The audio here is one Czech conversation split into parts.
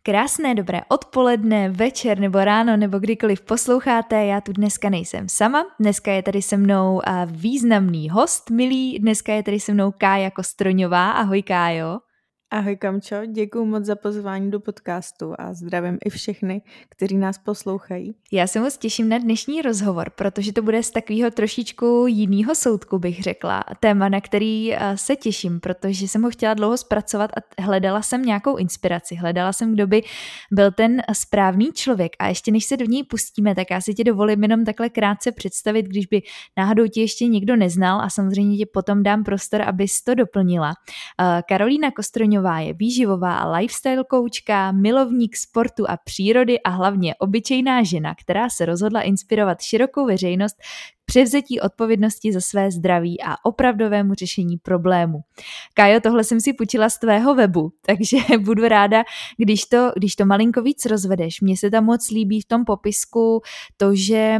Krásné dobré odpoledne, večer nebo ráno nebo kdykoliv posloucháte, já tu dneska nejsem sama, dneska je tady se mnou významný host, milý, dneska je tady se mnou Kája Kostroňová, ahoj Kájo. Ahoj Kamčo, děkuju moc za pozvání do podcastu a zdravím i všechny, kteří nás poslouchají. Já se moc těším na dnešní rozhovor, protože to bude z takového trošičku jinýho soudku, bych řekla. Téma, na který se těším, protože jsem ho chtěla dlouho zpracovat a hledala jsem nějakou inspiraci. Hledala jsem, kdo by byl ten správný člověk. A ještě než se do něj pustíme, tak já si tě dovolím jenom takhle krátce představit, když by náhodou tě ještě někdo neznal, a samozřejmě ti potom dám prostor, abys to doplnila. Karolína Kostroňová je výživová a lifestyle koučka, milovník sportu a přírody a hlavně obyčejná žena, která se rozhodla inspirovat širokou veřejnost k převzetí odpovědnosti za své zdraví a opravdovému řešení problému. Kájo, tohle jsem si půjčila z tvého webu, takže budu ráda, když to malinko víc rozvedeš. Mně se tam moc líbí v tom popisku to, že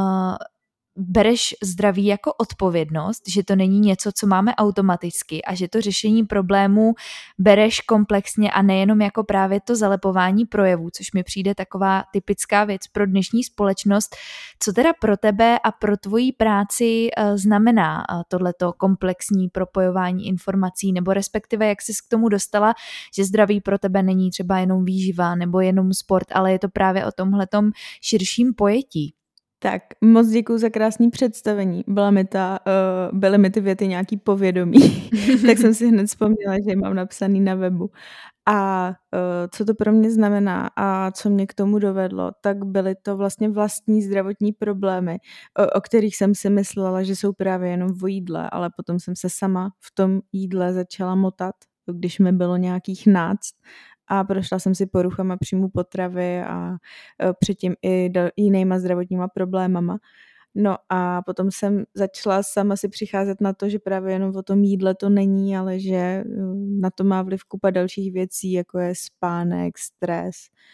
bereš zdraví jako odpovědnost, že to není něco, co máme automaticky a že to řešení problémů bereš komplexně a nejenom jako právě to zalepování projevů, což mi přijde taková typická věc pro dnešní společnost. Co teda pro tebe a pro tvoji práci znamená tohleto komplexní propojování informací, nebo respektive jak jsi k tomu dostala, že zdraví pro tebe není třeba jenom výživa nebo jenom sport, ale je to právě o tomhletom širším pojetí? Tak moc děkuju za krásný představení. Byly mi ty věty nějaký povědomí, tak jsem si hned vzpomněla, že je mám napsaný na webu. A co to pro mě znamená a co mě k tomu dovedlo, tak byly to vlastně vlastní zdravotní problémy, o kterých jsem si myslela, že jsou právě jenom o jídle, ale potom jsem se sama v tom jídle začala motat, když mi bylo nějakých 12 a prošla jsem si poruchama příjmu potravy a předtím i jinýma zdravotníma problémama. No a potom jsem začala sama si přicházet na to, že právě jenom o tom jídle to není, ale že na to má vliv kupa dalších věcí, jako je spánek, stres,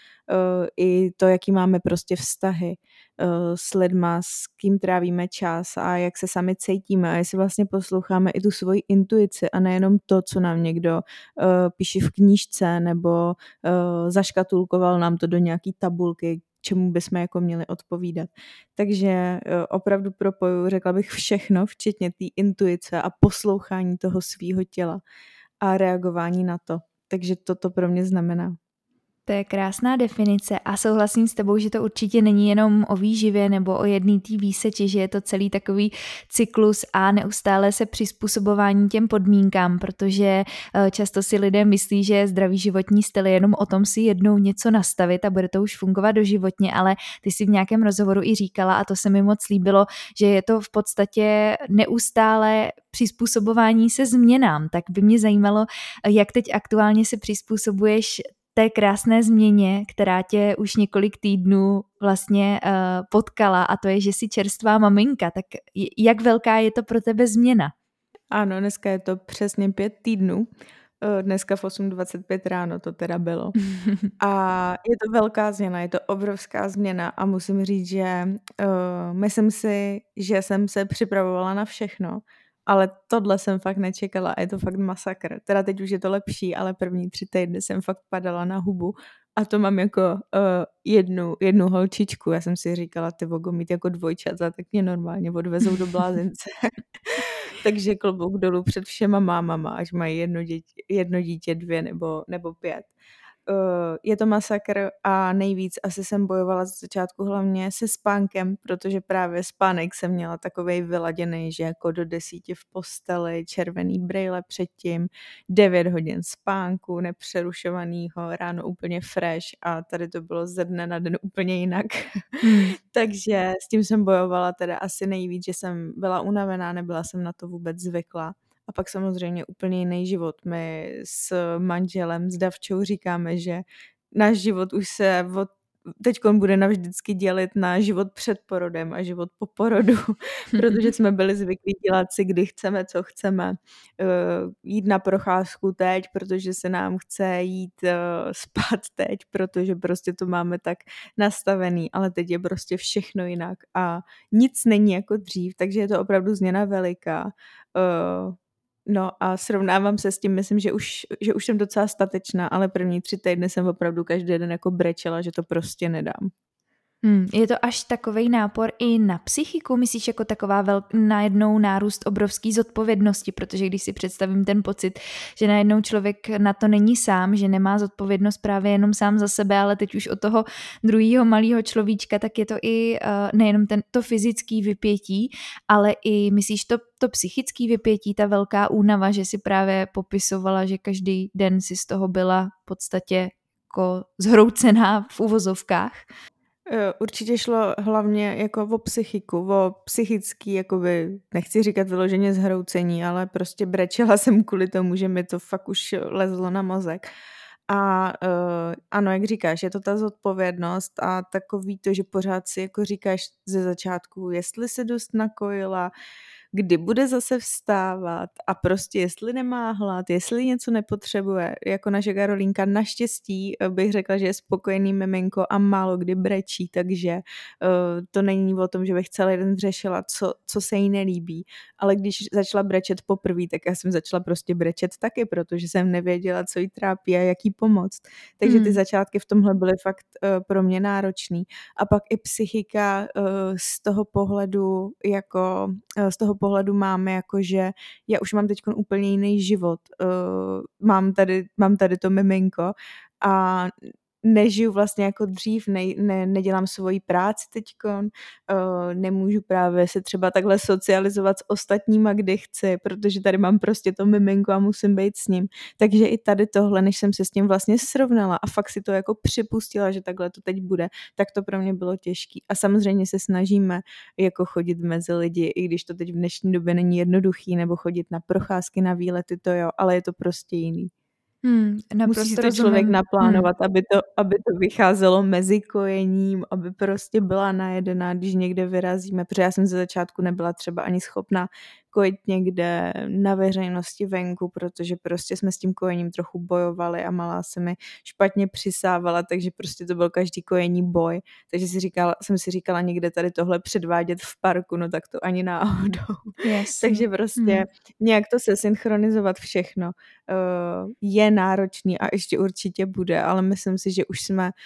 i to, jaký máme prostě vztahy s lidma, s kým trávíme čas a jak se sami cítíme a jestli vlastně posloucháme i tu svoji intuici a nejenom to, co nám někdo píše v knížce nebo zaškatulkoval nám to do nějaký tabulky, čemu bychom jako měli odpovídat. Takže opravdu propoju, řekla bych všechno, včetně té intuice a poslouchání toho svýho těla a reagování na to. Takže toto pro mě znamená. To je krásná definice a souhlasím s tebou, že to určitě není jenom o výživě nebo o jedné té výseči, že je to celý takový cyklus a neustále se přizpůsobování těm podmínkám, protože často si lidé myslí, že zdravý životní styl je jenom o tom si jednou něco nastavit a bude to už fungovat doživotně, ale ty si v nějakém rozhovoru i říkala, a to se mi moc líbilo, že je to v podstatě neustále přizpůsobování se změnám. Tak by mě zajímalo, jak teď aktuálně se přizpůsobuješ té krásné změně, která tě už několik týdnů vlastně potkala, a to je, že jsi čerstvá maminka. Tak jak velká je to pro tebe změna? Ano, dneska je to přesně 5 týdnů. Dneska v 8:25 ráno to teda bylo. A je to velká změna, je to obrovská změna a musím říct, že myslím si, že jsem se připravovala na všechno, ale tohle jsem fakt nečekala a je to fakt masakr. Teda teď už je to lepší, ale první 3 týdny jsem fakt padala na hubu a to mám jako jednu holčičku. Já jsem si říkala, ty vogo, mít jako dvojčata, tak mě normálně odvezou do blázince. Takže klobouk dolů před všema mámama, až mají jedno dítě, 2 nebo 5. Je to masakr a nejvíc asi jsem bojovala z začátku hlavně se spánkem, protože právě spánek jsem měla takovej vyladěný, že jako do 10 v posteli, červený brejle předtím, 9 hodin spánku nepřerušovanýho, ráno úplně fresh a tady to bylo ze dne na den úplně jinak. Takže s tím jsem bojovala teda asi nejvíc, že jsem byla unavená, nebyla jsem na to vůbec zvyklá. A pak samozřejmě úplně jiný život. My s manželem, s Davčou říkáme, že náš život už se teďkon bude navždycky dělit na život před porodem a život po porodu, protože jsme byli zvyklí dělat si, kdy chceme, co chceme, jít na procházku teď, protože se nám chce jít spát teď, protože prostě to máme tak nastavený, ale teď je prostě všechno jinak a nic není jako dřív, takže je to opravdu změna veliká. No a srovnávám se s tím, myslím, že už jsem docela statečná, ale první 3 týdny jsem opravdu každý den jako brečela, že to prostě nedám. Je to až takovej nápor i na psychiku? Myslíš jako taková najednou nárůst obrovský zodpovědnosti? Protože když si představím ten pocit, že najednou člověk na to není sám, že nemá zodpovědnost právě jenom sám za sebe, ale teď už od toho druhého malého človíčka, tak je to i nejenom to fyzické vypětí, ale i myslíš to psychické vypětí, ta velká únava, že si právě popisovala, že každý den si z toho byla v podstatě jako zhroucená v uvozovkách? Určitě šlo hlavně jako o psychiku, o psychický, jakoby, nechci říkat vyloženě zhroucení, ale prostě brečela jsem kvůli tomu, že mi to fakt už lezlo na mozek. A ano, jak říkáš, je to ta zodpovědnost a takový to, že pořád si jako říkáš ze začátku, jestli se dost nakojila, kdy bude zase vstávat a prostě jestli nemá hlad, jestli něco nepotřebuje. Jako naše Karolínka naštěstí bych řekla, že je spokojený miminko a málo kdy brečí, takže to není o tom, že bych celý den řešila, co se jí nelíbí. Ale když začala brečet poprvé, tak já jsem začala prostě brečet taky, protože jsem nevěděla, co jí trápí a jak jí pomoct. Takže ty začátky v tomhle byly fakt pro mě náročný. A pak i psychika z toho pohledu máme, jakože já už mám teď úplně jiný život. Mám tady to miminko a nežiju vlastně jako dřív, nedělám svoji práci teďkon, nemůžu právě se třeba takhle socializovat s ostatníma, kdy chci, protože tady mám prostě to miminko a musím být s ním. Takže i tady tohle, než jsem se s tím vlastně srovnala a fakt si to jako připustila, že takhle to teď bude, tak to pro mě bylo těžký. A samozřejmě se snažíme jako chodit mezi lidi, i když to teď v dnešní době není jednoduchý, nebo chodit na procházky, na výlety, to jo, ale je to prostě jiný. Musí si to člověk naplánovat, aby to vycházelo mezi kojením, aby prostě byla najedená, když někde vyrazíme, protože já jsem ze začátku nebyla třeba ani schopná kojit někde na veřejnosti venku, protože prostě jsme s tím kojením trochu bojovali a malá se mi špatně přisávala, takže prostě to byl každý kojení boj. Takže jsem si říkala někde tady tohle předvádět v parku, no tak to ani náhodou. Yes. Takže prostě nějak to se synchronizovat všechno je náročný a ještě určitě bude, ale myslím si, že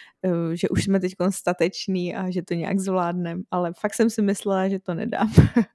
už jsme teď stateční a že to nějak zvládneme, ale fakt jsem si myslela, že to nedám.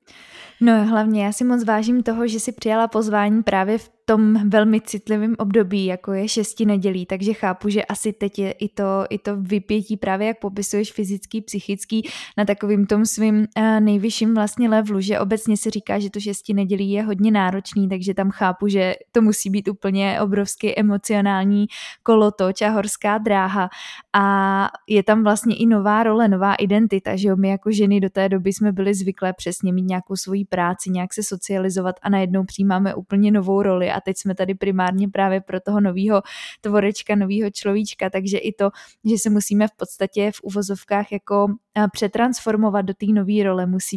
No hlavně já si moc vážím toho, že si přijala pozvání právě v tom velmi citlivém období, jako je 6 nedělí, takže chápu, že asi teď je i to vypětí právě, jak popisuješ fyzický, psychický, na takovým tom svým nejvyšším vlastně levelu, že obecně se říká, že to 6 nedělí je hodně náročný, takže tam chápu, že to musí být úplně obrovský emocionální kolotoč a horská dráha a je tam vlastně i nová role, nová identita, že jo, my jako ženy do té doby jsme byli zvyklé přesně mít nějakou svoji práci, nějak se socializovat a najednou přijímáme úplně novou roli a teď jsme tady primárně právě pro toho novýho tvorečka, novýho človíčka, takže i to, že se musíme v podstatě v uvozovkách jako přetransformovat do té nové role, musí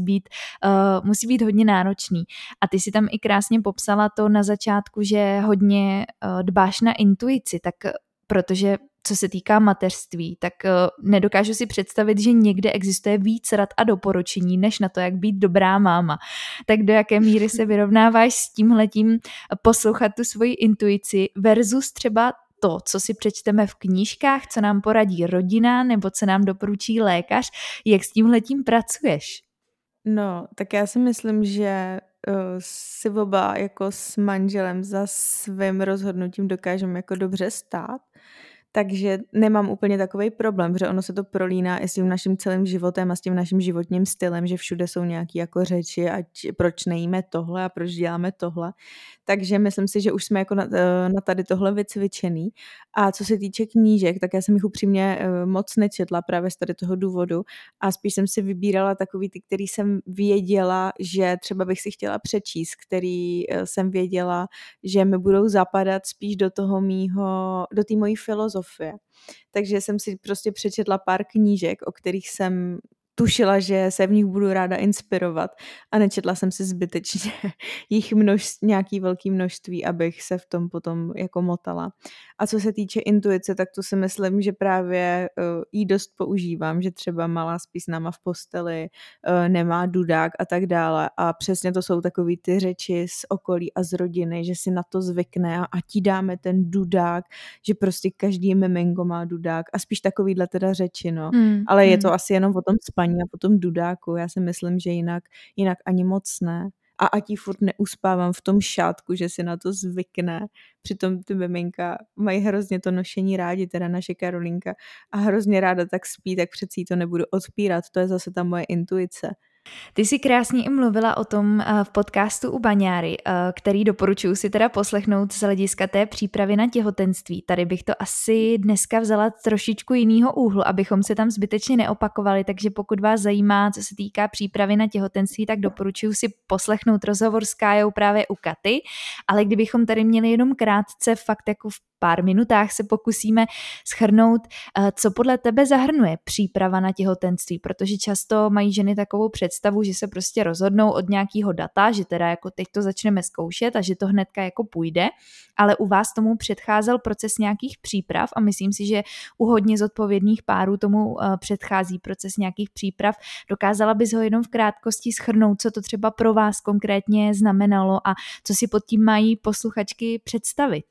být hodně náročný. A ty si tam i krásně popsala to na začátku, že hodně dbáš na intuici, tak protože co se týká mateřství, tak nedokážu si představit, že někde existuje víc rad a doporučení, než na to, jak být dobrá máma. Tak do jaké míry se vyrovnáváš s tímhletím poslouchat tu svoji intuici versus třeba to, co si přečteme v knížkách, co nám poradí rodina nebo co nám doporučí lékař, jak s tímhletím pracuješ? No, tak já si myslím, že si oba jako s manželem za svým rozhodnutím dokážeme jako dobře stát. Takže nemám úplně takový problém, protože ono se to prolíná i s tím naším celým životem a s tím naším životním stylem, že všude jsou nějaké jako řeči, proč nejíme tohle a proč děláme tohle. Takže myslím si, že už jsme jako na tady tohle vycvičený. A co se týče knížek, tak já jsem jich upřímně moc nečetla právě z tady toho důvodu a spíš jsem si vybírala takový ty, který jsem věděla, že třeba bych si chtěla přečíst, který jsem věděla, že mi budou zapadat spíš do té mojí filozofie. Takže jsem si prostě přečetla pár knížek, o kterých jsem tušila, že se v nich budu ráda inspirovat a nečetla jsem si zbytečně jich nějaký velký množství, abych se v tom potom jako motala. A co se týče intuice, tak to si myslím, že právě jí dost používám, že třeba malá spí s náma v posteli, nemá dudák a tak dále. A přesně to jsou takový ty řeči z okolí a z rodiny, že si na to zvykne a ti dáme ten dudák, že prostě každý miminko má dudák a spíš takovýhle teda řeči, no. Ale je to asi jenom o tom spaní a po tom dudáku. Já si myslím, že jinak ani moc ne. A ať jí furt neuspávám v tom šátku, že si na to zvykne. Přitom ty miminka mají hrozně to nošení rádi, teda naše Karolinka, a hrozně ráda tak spí, tak přeci jí to nebudu odpírat. To je zase ta moje intuice. Ty jsi krásně i mluvila o tom v podcastu u Baňáry, který doporučuji si teda poslechnout z hlediska té přípravy na těhotenství. Tady bych to asi dneska vzala trošičku jinýho úhlu, abychom se tam zbytečně neopakovali, takže pokud vás zajímá, co se týká přípravy na těhotenství, tak doporučuji si poslechnout rozhovor s Kájou právě u Katy, ale kdybychom tady měli jenom krátce, fakt jako v pár minutách se pokusíme shrnout, co podle tebe zahrnuje příprava na těhotenství, protože často mají ženy takovou představu, že se prostě rozhodnou od nějakého data, že teda jako teď to začneme zkoušet a že to hnedka jako půjde, ale u vás tomu předcházel proces nějakých příprav a myslím si, že u hodně zodpovědných párů tomu předchází proces nějakých příprav. Dokázala bys ho jenom v krátkosti shrnout, co to třeba pro vás konkrétně znamenalo a co si pod tím mají posluchačky představit?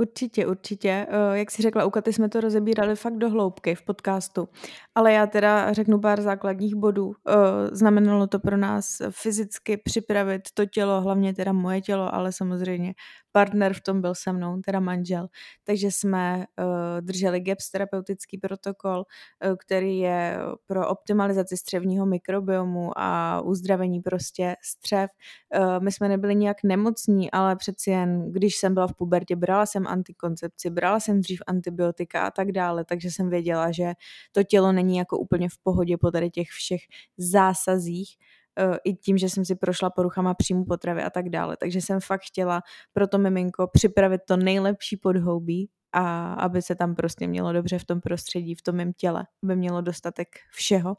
Určitě. Jak jsi řekla, u Katy jsme to rozebírali fakt do hloubky v podcastu, ale já teda řeknu pár základních bodů. Znamenalo to pro nás fyzicky připravit to tělo, hlavně teda moje tělo, ale samozřejmě partner v tom byl se mnou, teda manžel. Takže jsme drželi GAPS terapeutický protokol, který je pro optimalizaci střevního mikrobiomu a uzdravení prostě střev. My jsme nebyli nijak nemocní, ale přeci jen, když jsem byla v pubertě, brala jsem antikoncepci, brala jsem dřív antibiotika a tak dále, takže jsem věděla, že to tělo není jako úplně v pohodě po tady těch všech zásazích, i tím, že jsem si prošla poruchama příjmu potravy a tak dále. Takže jsem fakt chtěla pro to miminko připravit to nejlepší podhoubí a aby se tam prostě mělo dobře v tom prostředí, v tom mém těle, aby mělo dostatek všeho.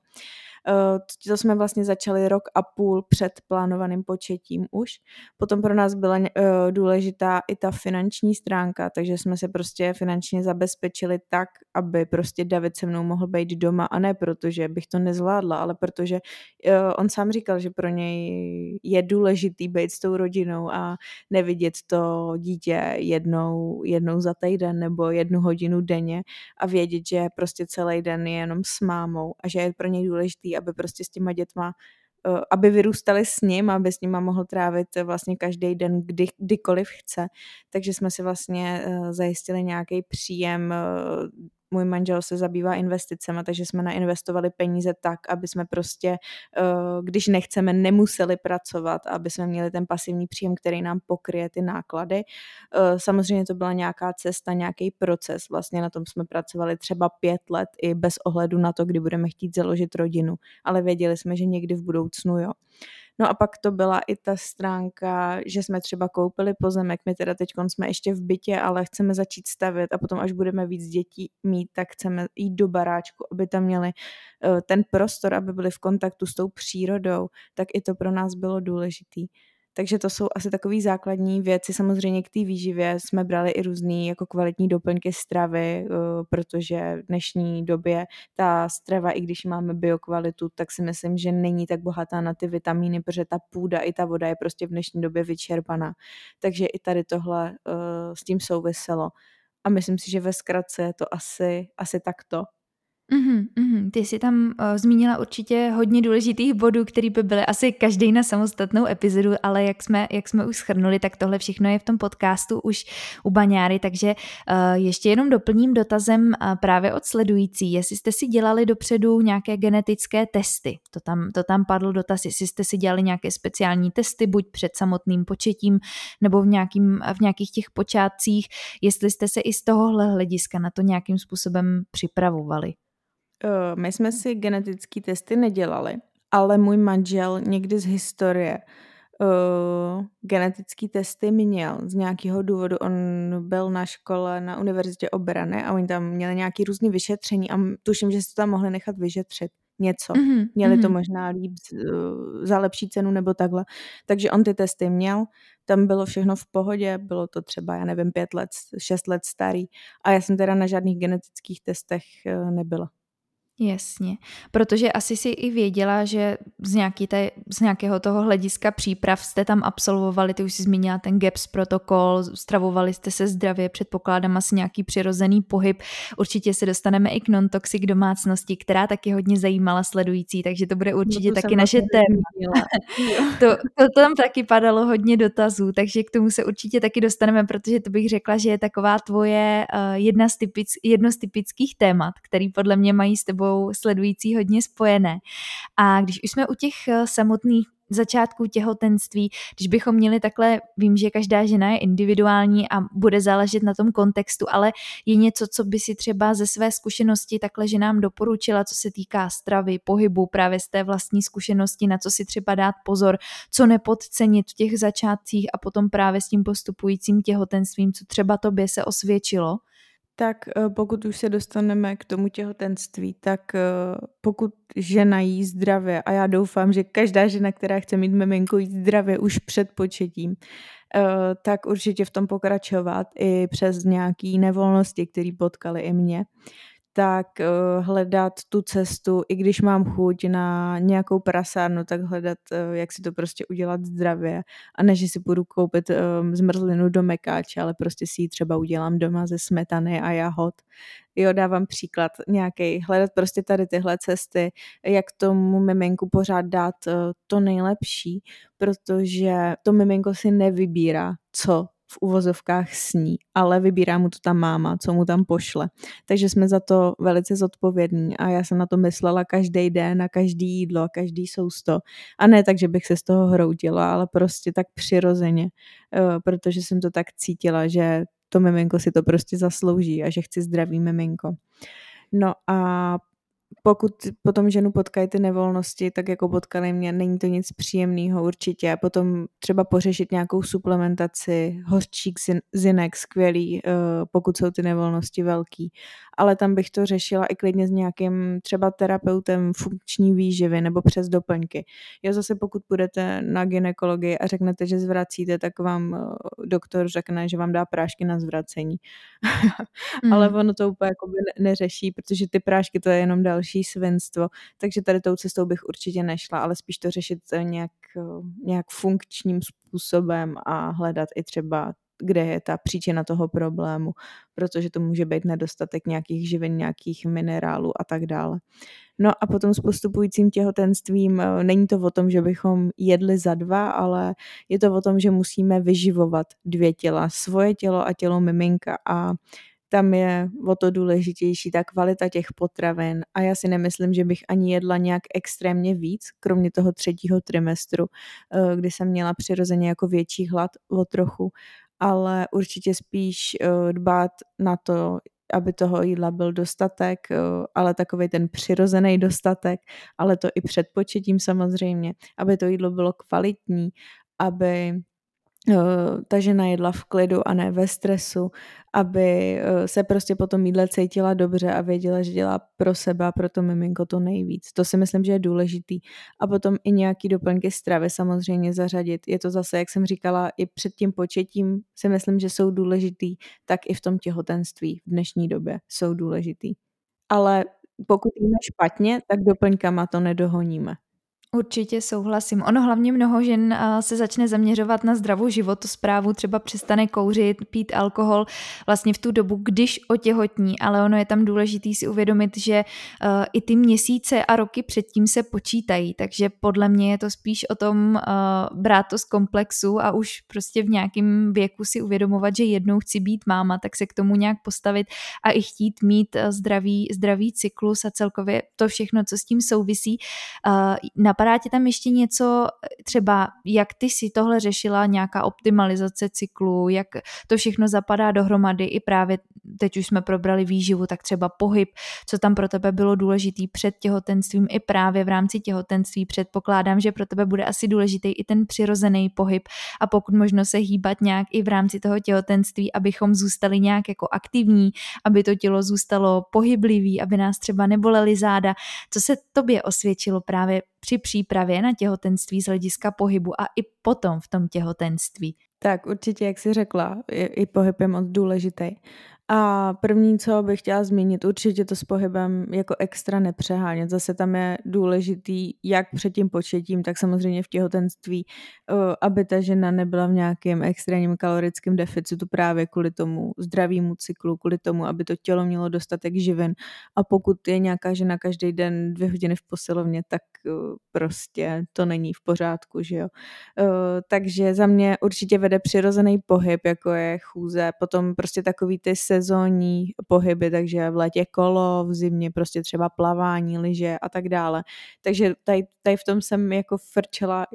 To jsme vlastně začali 1,5 roku před plánovaným početím už. Potom pro nás byla důležitá i ta finanční stránka, takže jsme se prostě finančně zabezpečili tak, aby prostě David se mnou mohl být doma a ne protože bych to nezvládla, ale protože on sám říkal, že pro něj je důležitý být s tou rodinou a nevidět to dítě jednou za týden nebo 1 hodinu denně a vědět, že prostě celý den je jenom s mámou a že je pro něj důležitý, aby prostě s těma dětma, aby vyrůstali s ním, aby s nima mohl trávit vlastně každý den, kdykoliv chce. Takže jsme si vlastně zajistili nějaký příjem. Můj manžel se zabývá investicemi, takže jsme nainvestovali peníze tak, aby jsme prostě, když nechceme, nemuseli pracovat, aby jsme měli ten pasivní příjem, který nám pokryje ty náklady. Samozřejmě to byla nějaká cesta, nějaký proces. Vlastně na tom jsme pracovali třeba 5 let i bez ohledu na to, kdy budeme chtít založit rodinu. Ale věděli jsme, že někdy v budoucnu, jo. No a pak to byla i ta stránka, že jsme třeba koupili pozemek, my teda teď jsme ještě v bytě, ale chceme začít stavět a potom, až budeme víc dětí mít, tak chceme jít do baráčku, aby tam měli ten prostor, aby byli v kontaktu s tou přírodou, tak i to pro nás bylo důležitý. Takže to jsou asi takové základní věci. Samozřejmě k té výživě jsme brali i různý jako kvalitní doplňky stravy, protože v dnešní době ta strava, i když máme biokvalitu, tak si myslím, že není tak bohatá na ty vitamíny, protože ta půda i ta voda je prostě v dnešní době vyčerpaná. Takže i tady tohle s tím souviselo. A myslím si, že ve zkratce je to asi takto. Ty jsi tam zmínila určitě hodně důležitých bodů, který by byly asi každý na samostatnou epizodu, ale jak jsme už shrnuli, tak tohle všechno je v tom podcastu už u Baňáry, takže ještě jenom doplním dotazem právě od sledující, jestli jste si dělali dopředu nějaké genetické testy. To tam padl dotaz, jestli jste si dělali nějaké speciální testy, buď před samotným početím, nebo v nějakých těch počátcích, jestli jste se i z tohohle hlediska na to nějakým způsobem připravovali. My jsme si genetické testy nedělali, ale můj manžel někdy z historie genetické testy měl z nějakého důvodu. On byl na škole na univerzitě obrany a oni tam měli nějaké různé vyšetření a tuším, že si to tam mohli nechat vyšetřit. něco. Mhm, Měli to mhm. možná líp za lepší cenu nebo takhle. Takže on ty testy měl, tam bylo všechno v pohodě, bylo to třeba, já nevím, 5 let, 6 let starý a já jsem teda na žádných genetických testech nebyla. Jasně, protože asi si i věděla, že z nějakého toho hlediska příprav jste tam absolvovali, ty už jsi zmínila ten GAPS protokol, stravovali jste se zdravě, předpokládám asi nějaký přirozený pohyb, určitě se dostaneme i k non-toxic domácnosti, která taky hodně zajímala sledující, takže to bude určitě No to taky jsem naše vlastně téma. nezmínila. To tam taky padalo hodně dotazů, takže k tomu se určitě taky dostaneme, protože to bych řekla, že je taková tvoje jedno z typických témat, který podle mě mají s tebou sledující hodně spojené. A když už jsme u těch samotných začátků těhotenství, když bychom měli takhle, vím, že každá žena je individuální a bude záležet na tom kontextu, ale je něco, co by si třeba ze své zkušenosti takhle ženám doporučila, co se týká stravy, pohybu, právě z té vlastní zkušenosti, na co si třeba dát pozor, co nepodcenit v těch začátcích a potom právě s tím postupujícím těhotenstvím, co třeba tobě se osvědčilo? Tak pokud už se dostaneme k tomu těhotenství, tak pokud žena jí zdravě, a já doufám, že každá žena, která chce mít miminko, jí zdravě už před početím, tak určitě v tom pokračovat i přes nějaký nevolnosti, které potkaly i mě, tak hledat tu cestu, i když mám chuť na nějakou prasárnu, tak hledat, jak si to prostě udělat zdravě a ne, že si půjdu koupit zmrzlinu do mekáče, ale prostě si ji třeba udělám doma ze smetany a jahod. Jo, dávám příklad nějaký, hledat prostě tady tyhle cesty, jak tomu miminku pořád dát to nejlepší, protože to miminko si nevybírá, co v uvozovkách sní, ale vybírá mu to ta máma, co mu tam pošle. Takže jsme za to velice zodpovědní a já jsem na to myslela každý den, na každý jídlo, a každý sousto. A ne tak, že bych se z toho hroutila, ale prostě tak přirozeně, protože jsem to tak cítila, že to miminko si to prostě zaslouží a že chci zdravý miminko. No a pokud potom ženu potkají ty nevolnosti, tak jako potkaly mě, není to nic příjemného určitě. Potom třeba pořešit nějakou suplementaci, hořčík, zinek, skvělý, pokud jsou ty nevolnosti velký. Ale tam bych to řešila i klidně s nějakým třeba terapeutem funkční výživy nebo přes doplňky. Jo, zase pokud půjdete na gynekologii a řeknete, že zvracíte, tak vám doktor řekne, že vám dá prášky na zvracení. Ale ono to úplně jakoby neřeší, protože ty prášky to je jenom další svinstvo, takže tady tou cestou bych určitě nešla, ale spíš to řešit nějak funkčním způsobem a hledat i třeba, kde je ta příčina toho problému, protože to může být nedostatek nějakých živin, nějakých minerálů a tak dále. No a potom s postupujícím těhotenstvím není to o tom, že bychom jedli za 2, ale je to o tom, že musíme vyživovat 2 těla, svoje tělo a tělo miminka a tam je o to důležitější ta kvalita těch potravin a já si nemyslím, že bych ani jedla nějak extrémně víc, kromě toho 3. trimestru, kdy jsem měla přirozeně jako větší hlad o trochu, ale určitě spíš dbát na to, aby toho jídla byl dostatek, ale takovej ten přirozený dostatek, ale to i před početím samozřejmě, aby to jídlo bylo kvalitní, aby ta žena jedla v klidu a ne ve stresu, aby se prostě po tom jídle cítila dobře a věděla, že dělá pro sebe a pro to miminko to nejvíc. To si myslím, že je důležitý. A potom i nějaký doplňky stravy samozřejmě zařadit. Je to zase, jak jsem říkala, i před tím početím si myslím, že jsou důležitý, tak i v tom těhotenství v dnešní době jsou důležitý. Ale pokud jíme špatně, tak doplňkama to nedohoníme. Určitě souhlasím. Ono hlavně mnoho žen se začne zaměřovat na zdravou životosprávu, třeba přestane kouřit, pít alkohol vlastně v tu dobu, když otěhotní, ale ono je tam důležitý si uvědomit, že i ty měsíce a roky předtím se počítají, takže podle mě je to spíš o tom brát to z komplexu a už prostě v nějakém věku si uvědomovat, že jednou chci být máma, tak se k tomu nějak postavit a i chtít mít zdravý cyklus a celkově to všechno, co s tím souvisí. Napadá napadá ti tam ještě něco, třeba jak ty si tohle řešila, nějaká optimalizace cyklu, jak to všechno zapadá dohromady, i právě teď už jsme probrali výživu, tak třeba pohyb, co tam pro tebe bylo důležitý před těhotenstvím i právě v rámci těhotenství. Předpokládám, že pro tebe bude asi důležitý i ten přirozený pohyb a pokud možno se hýbat nějak i v rámci toho těhotenství, abychom zůstali nějak jako aktivní, aby to tělo zůstalo pohyblivý, aby nás třeba nebolely záda. Co se tobě osvědčilo právě při přípravě na těhotenství z hlediska pohybu a i potom v tom těhotenství? Tak určitě, jak jsi řekla, i pohyb je moc důležitý. A první, co bych chtěla zmínit, určitě to s pohybem jako extra nepřehánět. Zase tam je důležitý, jak před tím početím, tak samozřejmě v těhotenství, aby ta žena nebyla v nějakém extrémním kalorickém deficitu právě kvůli tomu zdravému cyklu, kvůli tomu, aby to tělo mělo dostatek živin. A pokud je nějaká žena každý den 2 hodiny v posilovně, tak prostě to není v pořádku, že jo. Takže za mě určitě vede přirozený pohyb, jako je chůze, potom prostě takový ty sezónní pohyby, takže v létě kolo, v zimě prostě třeba plavání, lyže a tak dále. Takže tady v tom jsem jako frčela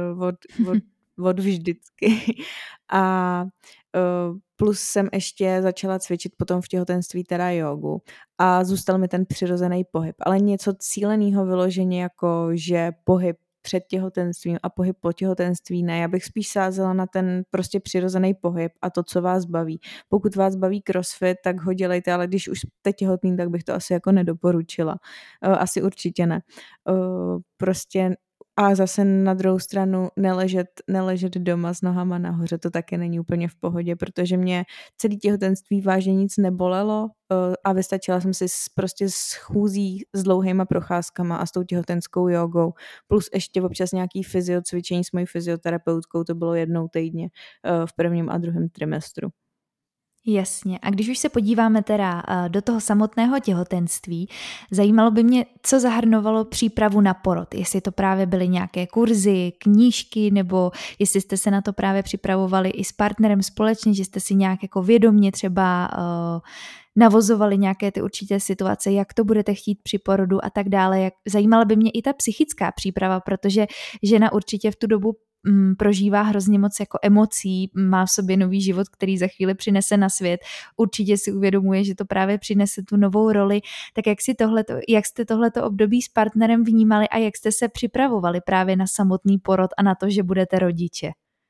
od vždycky. A plus jsem ještě začala cvičit potom v těhotenství teda jogu a zůstal mi ten přirozený pohyb. Ale něco cíleného vyloženě jako, že pohyb před těhotenstvím a pohyb po těhotenství ne. Já bych spíš sázela na ten prostě přirozený pohyb a to, co vás baví. Pokud vás baví crossfit, tak ho dělejte, ale když už jste těhotný, tak bych to asi jako nedoporučila. Asi určitě ne. Prostě a zase na druhou stranu neležet doma s nohama nahoře, to taky není úplně v pohodě, protože mě celý těhotenství vážně nic nebolelo a vystačila jsem si prostě s chůzí s dlouhýma procházkama a s tou těhotenskou jogou, plus ještě občas nějaký fyziocvičení s mojí fyzioterapeutkou, to bylo jednou týdně v prvním a druhém trimestru. Jasně. A když už se podíváme teda do toho samotného těhotenství, zajímalo by mě, co zahrnovalo přípravu na porod. Jestli to právě byly nějaké kurzy, knížky, nebo jestli jste se na to právě připravovali i s partnerem společně, že jste si nějak jako vědomě třeba navozovali nějaké ty určité situace, jak to budete chtít při porodu a tak dále. Zajímala by mě i ta psychická příprava, protože žena určitě v tu dobu prožívá hrozně moc jako emocí, má v sobě nový život, který za chvíli přinese na svět. Určitě si uvědomuje, že to právě přinese tu novou roli. Tak jak jste tohleto období s partnerem vnímali a jak jste se připravovali právě na samotný porod a na to, že budete rodiče?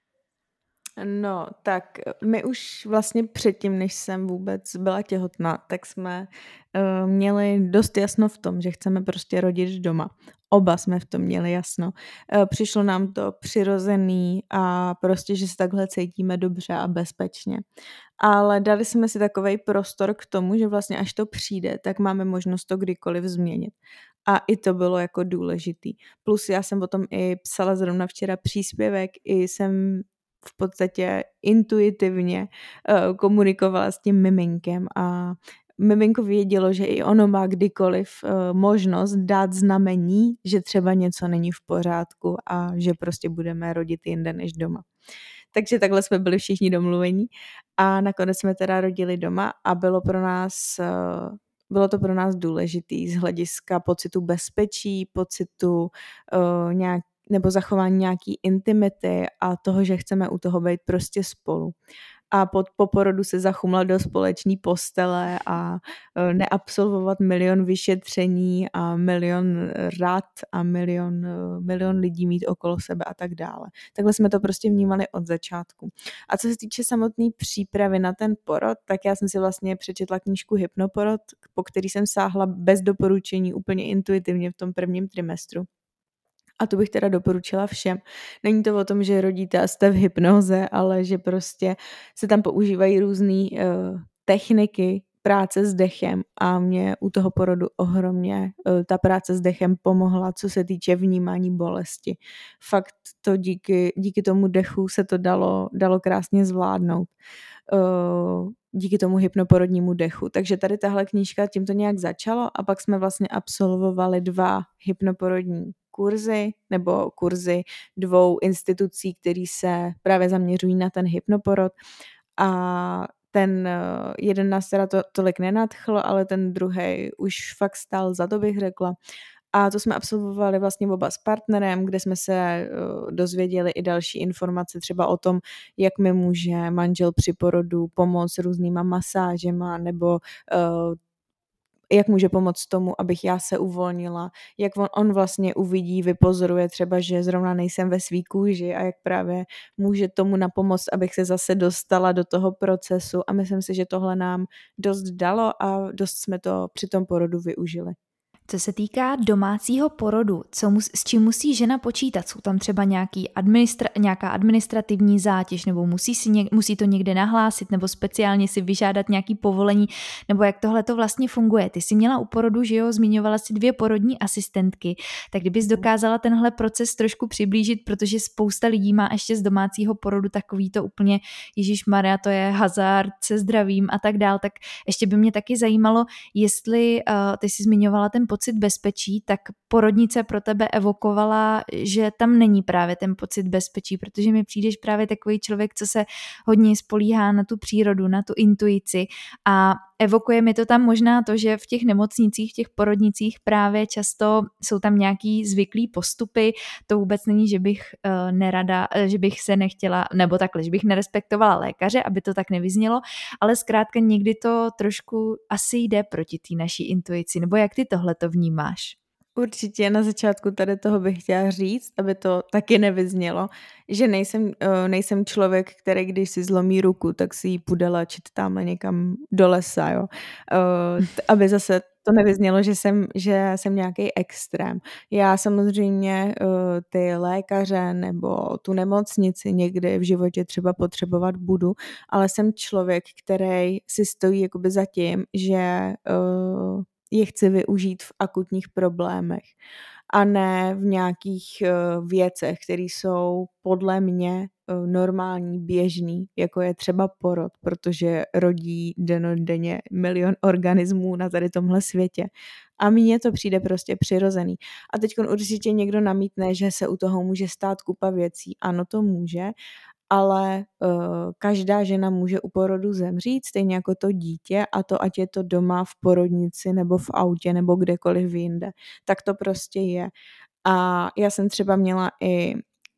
No, tak my už vlastně předtím, než jsem vůbec byla těhotná, tak jsme měli dost jasno v tom, že chceme prostě rodit doma. Oba jsme v tom měli jasno. Přišlo nám to přirozený a prostě, že se takhle cítíme dobře a bezpečně. Ale dali jsme si takovej prostor k tomu, že vlastně až to přijde, tak máme možnost to kdykoliv změnit. A i to bylo jako důležitý. Plus já jsem potom i psala zrovna včera příspěvek, i jsem v podstatě intuitivně komunikovala s tím miminkem a miminko vědělo, že i ono má kdykoliv možnost dát znamení, že třeba něco není v pořádku a že prostě budeme rodit jinde než doma. Takže takhle jsme byli všichni domluvení a nakonec jsme teda rodili doma a bylo to pro nás důležitý z hlediska pocitu bezpečí, pocitu nebo zachování nějaký intimity a toho, že chceme u toho být prostě spolu. A po porodu se zachumlat do společné postele a neabsolvovat milion vyšetření a milion rad a milion lidí mít okolo sebe a tak dále. Takhle jsme to prostě vnímali od začátku. A co se týče samotné přípravy na ten porod, tak já jsem si vlastně přečetla knížku Hypnoporod, po který jsem sáhla bez doporučení úplně intuitivně v tom prvním trimestru. A to bych teda doporučila všem. Není to o tom, že rodíte a jste v hypnoze, ale že prostě se tam používají různé techniky práce s dechem a mě u toho porodu ohromně ta práce s dechem pomohla, co se týče vnímání bolesti. Fakt to díky tomu dechu se to dalo krásně zvládnout. Díky tomu hypnoporodnímu dechu. Takže tady tahle knížka tím to nějak začalo a pak jsme vlastně absolvovali 2 hypnoporodní kurzy nebo kurzy 2 institucí, které se právě zaměřují na ten hypnoporod a ten jeden nás teda tolik nenadchl, ale ten druhej už fakt stál za to, bych řekla. A to jsme absolvovali vlastně oba s partnerem, kde jsme se dozvěděli i další informace třeba o tom, jak mi může manžel při porodu pomoct různýma masážema nebo jak může pomoct tomu, abych já se uvolnila, jak on vlastně uvidí, vypozoruje třeba, že zrovna nejsem ve svý kůži a jak právě může tomu napomoct, abych se zase dostala do toho procesu a myslím si, že tohle nám dost dalo a dost jsme to při tom porodu využili. Co se týká domácího porodu, s čím musí žena počítat? Jsou tam třeba nějaká administrativní zátěž, nebo musí to někde nahlásit, nebo speciálně si vyžádat nějaký povolení, nebo jak tohle to vlastně funguje? Ty jsi měla u porodu, že jo, zmiňovala si 2 porodní asistentky, tak kdybys dokázala tenhle proces trošku přiblížit, protože spousta lidí má ještě z domácího porodu takový to úplně, ježišmarja, to je hazard se zdravím a tak dál, tak ještě by mě taky zajímalo, jestli ty jsi zmiňovala ten pocit bezpečí, tak porodnice pro tebe evokovala, že tam není právě ten pocit bezpečí, protože mi přijdeš právě takový člověk, co se hodně spolíhá na tu přírodu, na tu intuici a evokuje mi to tam možná to, že v těch nemocnicích, v těch porodnicích právě často jsou tam nějaký zvyklý postupy, to vůbec není, že bych nerada, že bych se nechtěla, nebo takhle, že bych nerespektovala lékaře, aby to tak nevyznělo, ale zkrátka někdy to trošku asi jde proti té naší intuici, nebo jak ty tohle to vnímáš? Určitě na začátku tady toho bych chtěla říct, aby to taky nevyznělo, že nejsem člověk, který když si zlomí ruku, tak si ji půjde léčit tamhle někam do lesa, jo. Aby zase to nevyznělo, že jsem nějaký extrém. Já samozřejmě ty lékaře nebo tu nemocnici někdy v životě třeba potřebovat budu, ale jsem člověk, který si stojí jakoby za tím, že je chci využít v akutních problémech a ne v nějakých věcech, které jsou podle mě normální, běžný, jako je třeba porod, protože rodí dennodenně milion organismů na tady tomhle světě. A mně to přijde prostě přirozený. A teď určitě někdo namítne, že se u toho může stát kupa věcí. Ano, to může, ale každá žena může u porodu zemřít, stejně jako to dítě, a to ať je to doma v porodnici nebo v autě nebo kdekoliv jinde. Tak to prostě je. A já jsem třeba měla i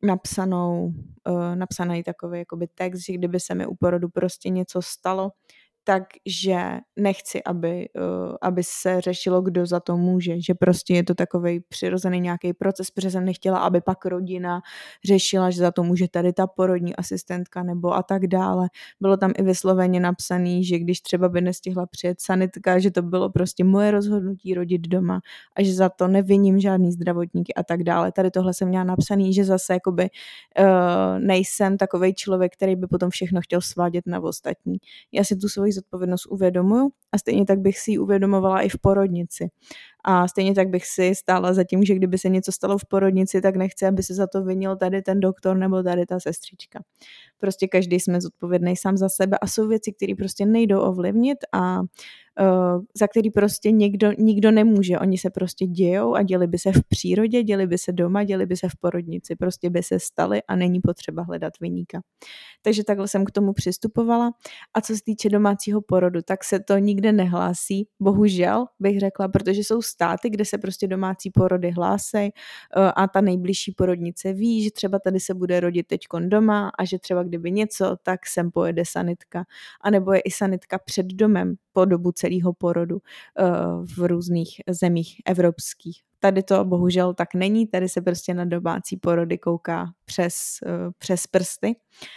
napsaný takový jakoby text, že kdyby se mi u porodu prostě něco stalo, takže nechci, aby se řešilo, kdo za to může, že prostě je to takovej přirozený nějaký proces, protože jsem nechtěla, aby pak rodina řešila, že za to může tady ta porodní asistentka nebo a tak dále. Bylo tam i vysloveně napsaný, že když třeba by nestihla přijet sanitka, že to bylo prostě moje rozhodnutí rodit doma a že za to neviním žádný zdravotníky a tak dále. Tady tohle jsem měla napsaný, že zase jakoby nejsem takovej člověk, který by potom všechno chtěl svádět na ostatní. Já si tu svoji zodpovědnost uvědomuju a stejně tak bych si ji uvědomovala i v porodnici. A stejně tak bych si stála za tím, že kdyby se něco stalo v porodnici, tak nechci, aby se za to vinil tady ten doktor nebo tady ta sestřička. Prostě každý jsme zodpovědný sám za sebe a jsou věci, které prostě nejdou ovlivnit a za který prostě nikdo nemůže. Oni se prostě dějou a děli by se v přírodě, děli by se doma, děli by se v porodnici. Prostě by se staly a není potřeba hledat viníka. Takže takhle jsem k tomu přistupovala. A co se týče domácího porodu, tak se to nikde nehlásí. Bohužel bych řekla, protože jsou státy, kde se prostě domácí porody hlásí a ta nejbližší porodnice ví, že třeba tady se bude rodit teďkon doma a že třeba kdyby něco, tak sem pojede sanitka. A nebo je i sanitka před domem po dobu celého porodu v různých zemích evropských. Tady to bohužel tak není, tady se prostě na domácí porody kouká přes prsty.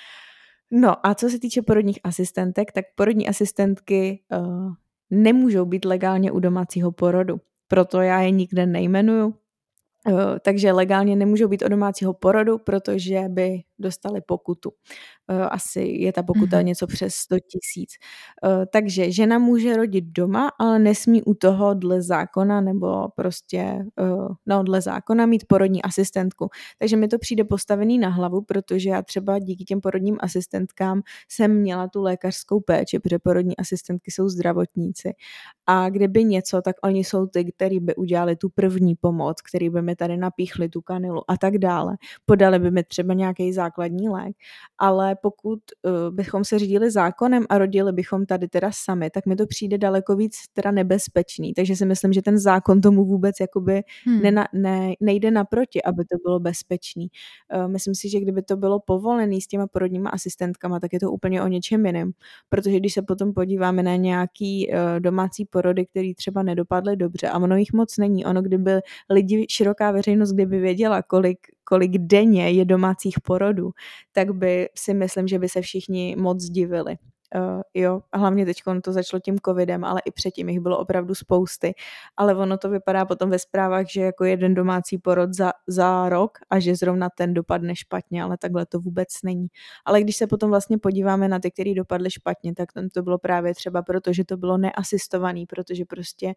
No a co se týče porodních asistentek, tak porodní asistentky nemůžou být legálně u domácího porodu. Proto já je nikde nejmenuju. Takže legálně nemůžou být od domácího porodu, protože by dostali pokutu. Asi je ta pokuta něco přes 100 000. Takže žena může rodit doma, ale nesmí u toho dle zákona nebo prostě dle zákona mít porodní asistentku. Takže mi to přijde postavený na hlavu, protože já třeba díky těm porodním asistentkám jsem měla tu lékařskou péči, protože porodní asistentky jsou zdravotníci. A kdyby něco, tak oni jsou ty, kteří by udělali tu první pomoc, který by mi mi tady napíchli tu kanilu a tak dále. Podali by mi třeba nějaký základní lék, ale pokud bychom se řídili zákonem a rodili bychom tady teda sami, tak mi to přijde daleko víc teda nebezpečný. Takže si myslím, že ten zákon tomu vůbec jakoby nejde naproti, aby to bylo bezpečný. Myslím si, že kdyby to bylo povolený s těma porodníma asistentkama, tak je to úplně o něčem jiném. Protože když se potom podíváme na nějaký domácí porody, které třeba nedopadly dobře, a ono jich moc není. Ono, kdyby lidi, široká veřejnost, kdyby věděla, kolik denně je domácích porodů, tak by si myslím, že by se všichni moc divili. Jo, a hlavně teď to začalo tím covidem, ale i předtím jich bylo opravdu spousty. Ale ono to vypadá potom ve zprávách, že jako jeden domácí porod za rok a že zrovna ten dopadne špatně, ale takhle to vůbec není. Ale když se potom vlastně podíváme na ty, který dopadly špatně, tak to bylo právě třeba proto, že to bylo neasistovaný, protože prostě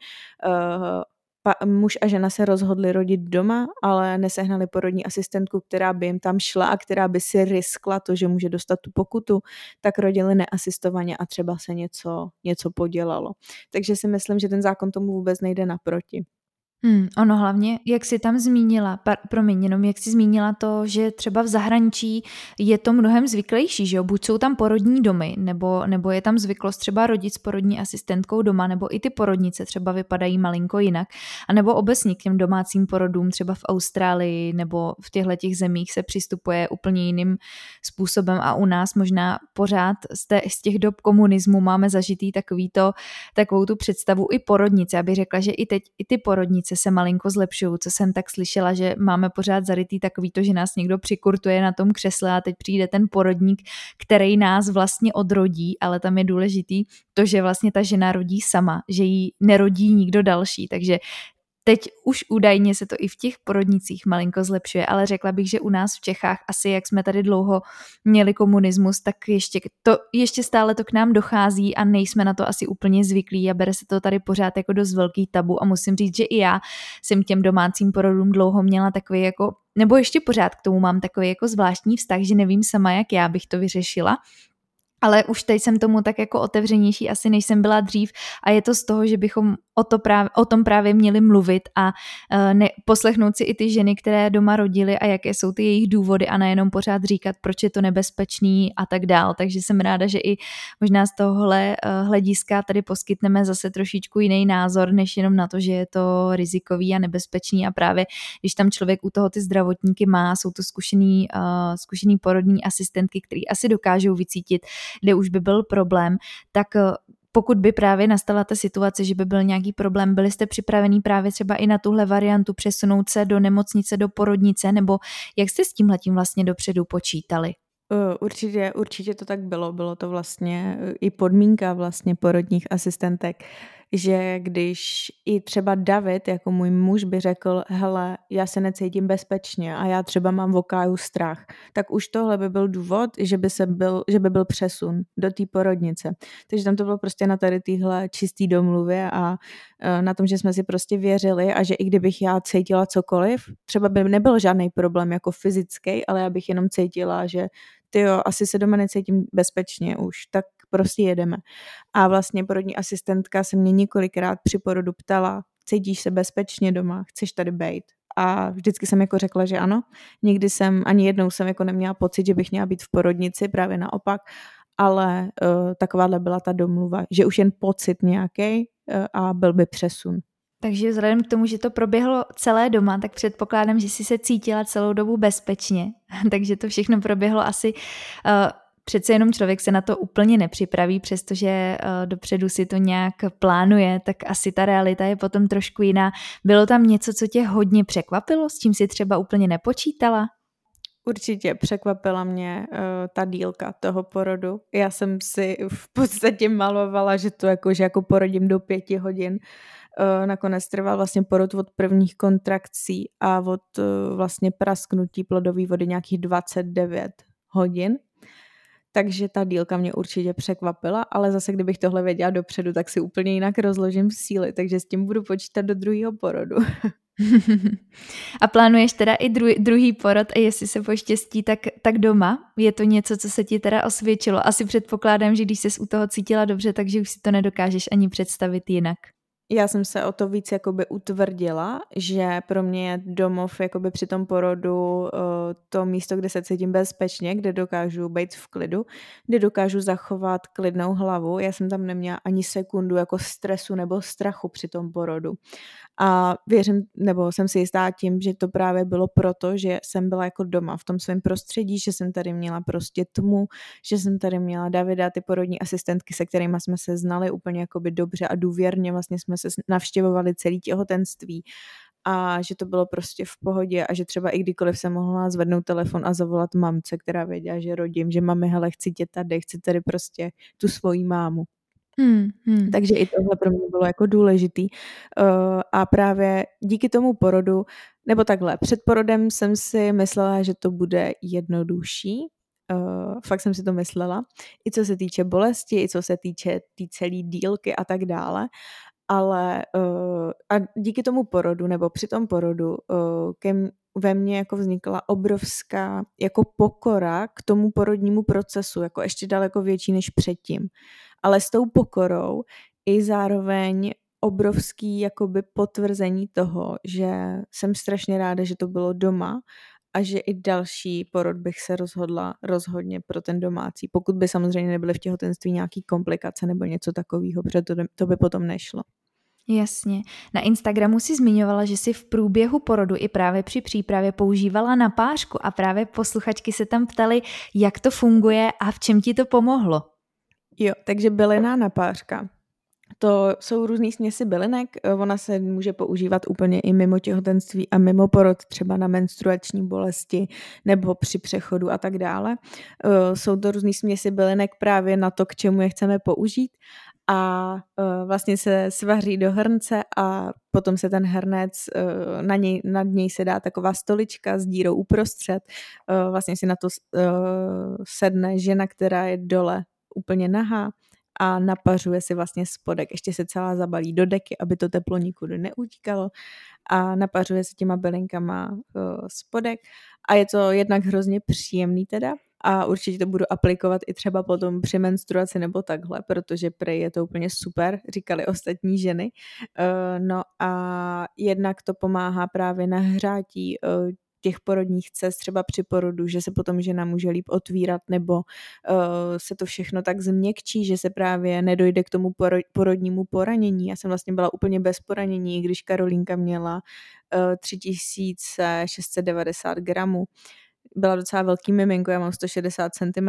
muž a žena se rozhodli rodit doma, ale nesehnali porodní asistentku, která by jim tam šla a která by si riskla to, že může dostat tu pokutu, tak rodili neasistovaně a třeba se něco podělalo. Takže si myslím, že ten zákon tomu vůbec nejde naproti. Ono hlavně, jak jsi tam zmínila, jak jsi zmínila to, že třeba v zahraničí je to mnohem zvyklejší, že jo? Buď jsou tam porodní domy, nebo je tam zvyklost třeba rodit s porodní asistentkou doma, nebo i ty porodnice třeba vypadají malinko jinak, a nebo obecně k těm domácím porodům třeba v Austrálii nebo v těchto zemích se přistupuje úplně jiným způsobem a u nás možná pořád z těch dob komunismu máme zažitý takovou tu představu i porodnice. Já bych řekla, že i teď i ty porodnice se malinko zlepšují, co jsem tak slyšela, že máme pořád zarytý takový to, že nás někdo přikurtuje na tom křesle a teď přijde ten porodník, který nás vlastně odrodí, ale tam je důležitý to, že vlastně ta žena rodí sama, že ji nerodí nikdo další, takže teď už údajně se to i v těch porodnicích malinko zlepšuje, ale řekla bych, že u nás v Čechách asi jak jsme tady dlouho měli komunismus, tak ještě stále to k nám dochází a nejsme na to asi úplně zvyklí a bere se to tady pořád jako dost velký tabu a musím říct, že i já jsem k těm domácím porodům dlouho měla takový jako, nebo ještě pořád k tomu mám takový jako zvláštní vztah, že nevím sama, jak já bych to vyřešila. Ale už teď jsem tomu tak jako otevřenější asi než jsem byla dřív a je to z toho, že bychom o tom právě měli mluvit a poslechnout si i ty ženy, které doma rodily a jaké jsou ty jejich důvody a nejenom pořád říkat, proč je to nebezpečný a tak dál. Takže jsem ráda, že i možná z tohohle hlediska tady poskytneme zase trošičku jiný názor, než jenom na to, že je to rizikový a nebezpečný a právě když tam člověk u toho ty zdravotníky má, jsou to zkušený porodní asistentky, který asi dokážou vycítit, kde už by byl problém, tak pokud by právě nastala ta situace, že by byl nějaký problém, byli jste připravení právě třeba i na tuhle variantu přesunout se do nemocnice, do porodnice, nebo jak jste s tímhletím vlastně dopředu počítali? Určitě to tak bylo. Bylo to vlastně i podmínka vlastně porodních asistentek, že když i třeba David, jako můj muž, by řekl, hele, já se necítím bezpečně a já třeba mám v okáju strach, tak už tohle by byl důvod, že by byl přesun do té porodnice. Takže tam to bylo prostě na tady téhle čistý domluvě a na tom, že jsme si prostě věřili a že i kdybych já cítila cokoliv, třeba by nebyl žádný problém jako fyzický, ale já bych jenom cítila, že asi se doma necítím bezpečně už, tak prostě jedeme. A vlastně porodní asistentka se mě několikrát při porodu ptala, cítíš se bezpečně doma, chceš tady bejt? A vždycky jsem jako řekla, že ano. Ani jednou jsem jako neměla pocit, že bych měla být v porodnici, právě naopak, ale takováhle byla ta domluva, že už jen pocit nějaký a byl by přesun. Takže vzhledem k tomu, že to proběhlo celé doma, tak předpokládám, že jsi se cítila celou dobu bezpečně. Takže to všechno proběhlo asi... Přece jenom člověk se na to úplně nepřipraví, přestože dopředu si to nějak plánuje, tak asi ta realita je potom trošku jiná. Bylo tam něco, co tě hodně překvapilo, s čím si třeba úplně nepočítala? Určitě překvapila mě ta dílka toho porodu. Já jsem si v podstatě malovala, že jako porodím do 5 hodin. Nakonec trval vlastně porod od prvních kontrakcí a od vlastně prasknutí plodové vody nějakých 29 hodin. Takže ta dílka mě určitě překvapila, ale zase kdybych tohle věděla dopředu, tak si úplně jinak rozložím síly, takže s tím budu počítat do druhého porodu. A plánuješ teda i druhý porod a jestli se poštěstí, tak doma? Je to něco, co se ti teda osvědčilo? Asi předpokládám, že když ses u toho cítila dobře, takže už si to nedokážeš ani představit jinak. Já jsem se o to víc jakoby utvrdila, že pro mě je domov jakoby při tom porodu to místo, kde se cítím bezpečně, kde dokážu být v klidu, kde dokážu zachovat klidnou hlavu. Já jsem tam neměla ani sekundu jako stresu nebo strachu při tom porodu. A věřím, nebo jsem si jistá tím, že to právě bylo proto, že jsem byla jako doma v tom svém prostředí, že jsem tady měla prostě tmu, že jsem tady měla Davida, ty porodní asistentky, se kterými jsme se znali úplně jakoby dobře a důvěrně, vlastně jsme se navštěvovali celý těhotenství a že to bylo prostě v pohodě a že třeba i kdykoliv jsem mohla zvednout telefon a zavolat mamce, která věděla, že rodím, že mami, hele, chci tady prostě tu svoji mámu. Takže i tohle pro mě bylo jako důležitý. A právě díky tomu porodu, nebo takhle, před porodem jsem si myslela, že to bude jednodušší. Fakt jsem si to myslela. I co se týče bolesti, i co se týče té celé dílky a tak dále. Ale a díky tomu porodu, nebo při tom porodu ve mně jako vznikla obrovská jako pokora k tomu porodnímu procesu, jako ještě daleko větší než předtím. Ale s tou pokorou i zároveň obrovský jakoby potvrzení toho, že jsem strašně ráda, že to bylo doma a že i další porod bych se rozhodla rozhodně pro ten domácí, pokud by samozřejmě nebyly v těhotenství nějaký komplikace nebo něco takového, protože to by potom nešlo. Jasně. Na Instagramu si zmiňovala, že si v průběhu porodu i právě při přípravě používala napářku a právě posluchačky se tam ptaly, jak to funguje a v čem ti to pomohlo. Jo, takže bylinná napářka. To jsou různý směsi bylinek, ona se může používat úplně i mimo těhotenství a mimo porod, třeba na menstruační bolesti nebo při přechodu a tak dále. Jsou to různý směsi bylinek právě na to, k čemu je chceme použít a vlastně se svaří do hrnce a potom se ten hrnec, nad něj se dá taková stolička s dírou uprostřed, vlastně si na to sedne žena, která je dole úplně nahá a napařuje si vlastně spodek. Ještě se celá zabalí do deky, aby to teplo nikudy neutíkalo a napařuje se těma bylinkama spodek a je to jednak hrozně příjemný teda a určitě to budu aplikovat i třeba potom při menstruaci nebo takhle, protože prej je to úplně super, říkali ostatní ženy. No a jednak to pomáhá právě na hřátí těch porodních cest, třeba při porodu, že se potom žena může líp otvírat nebo se to všechno tak změkčí, že se právě nedojde k tomu porodnímu poranění. Já jsem vlastně byla úplně bez poranění, když Karolínka měla 3690 gramů. Byla docela velký miminko, já mám 160 cm.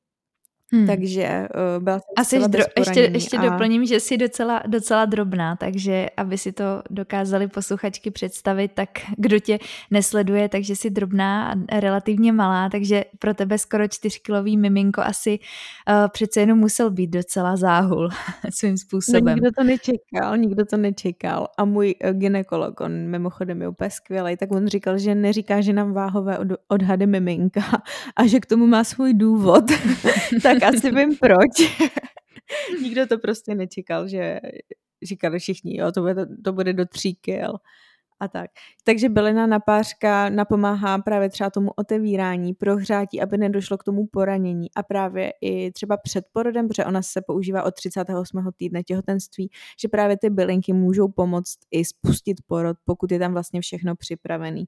Takže byla jsem asi ještě doplním, že jsi docela drobná, takže aby si to dokázali posluchačky představit, tak kdo tě nesleduje, takže jsi drobná a relativně malá, takže pro tebe skoro 4kilový miminko asi přece jenom musel být docela záhul svým způsobem. No, nikdo to nečekal a můj gynekolog, on mimochodem je úplně skvělej, tak on říkal, že neříká, že nám váhové odhady miminka a že k tomu má svůj důvod. Tak asi vím proč. Nikdo to prostě nečekal, že říkali všichni, jo, to bude do 3 kil a tak. Takže bylinná napářka napomáhá právě třeba tomu otevírání, prohřátí, aby nedošlo k tomu poranění a právě i třeba před porodem, protože ona se používá od 38. týdne těhotenství, že právě ty bylinky můžou pomoct i spustit porod, pokud je tam vlastně všechno připravený.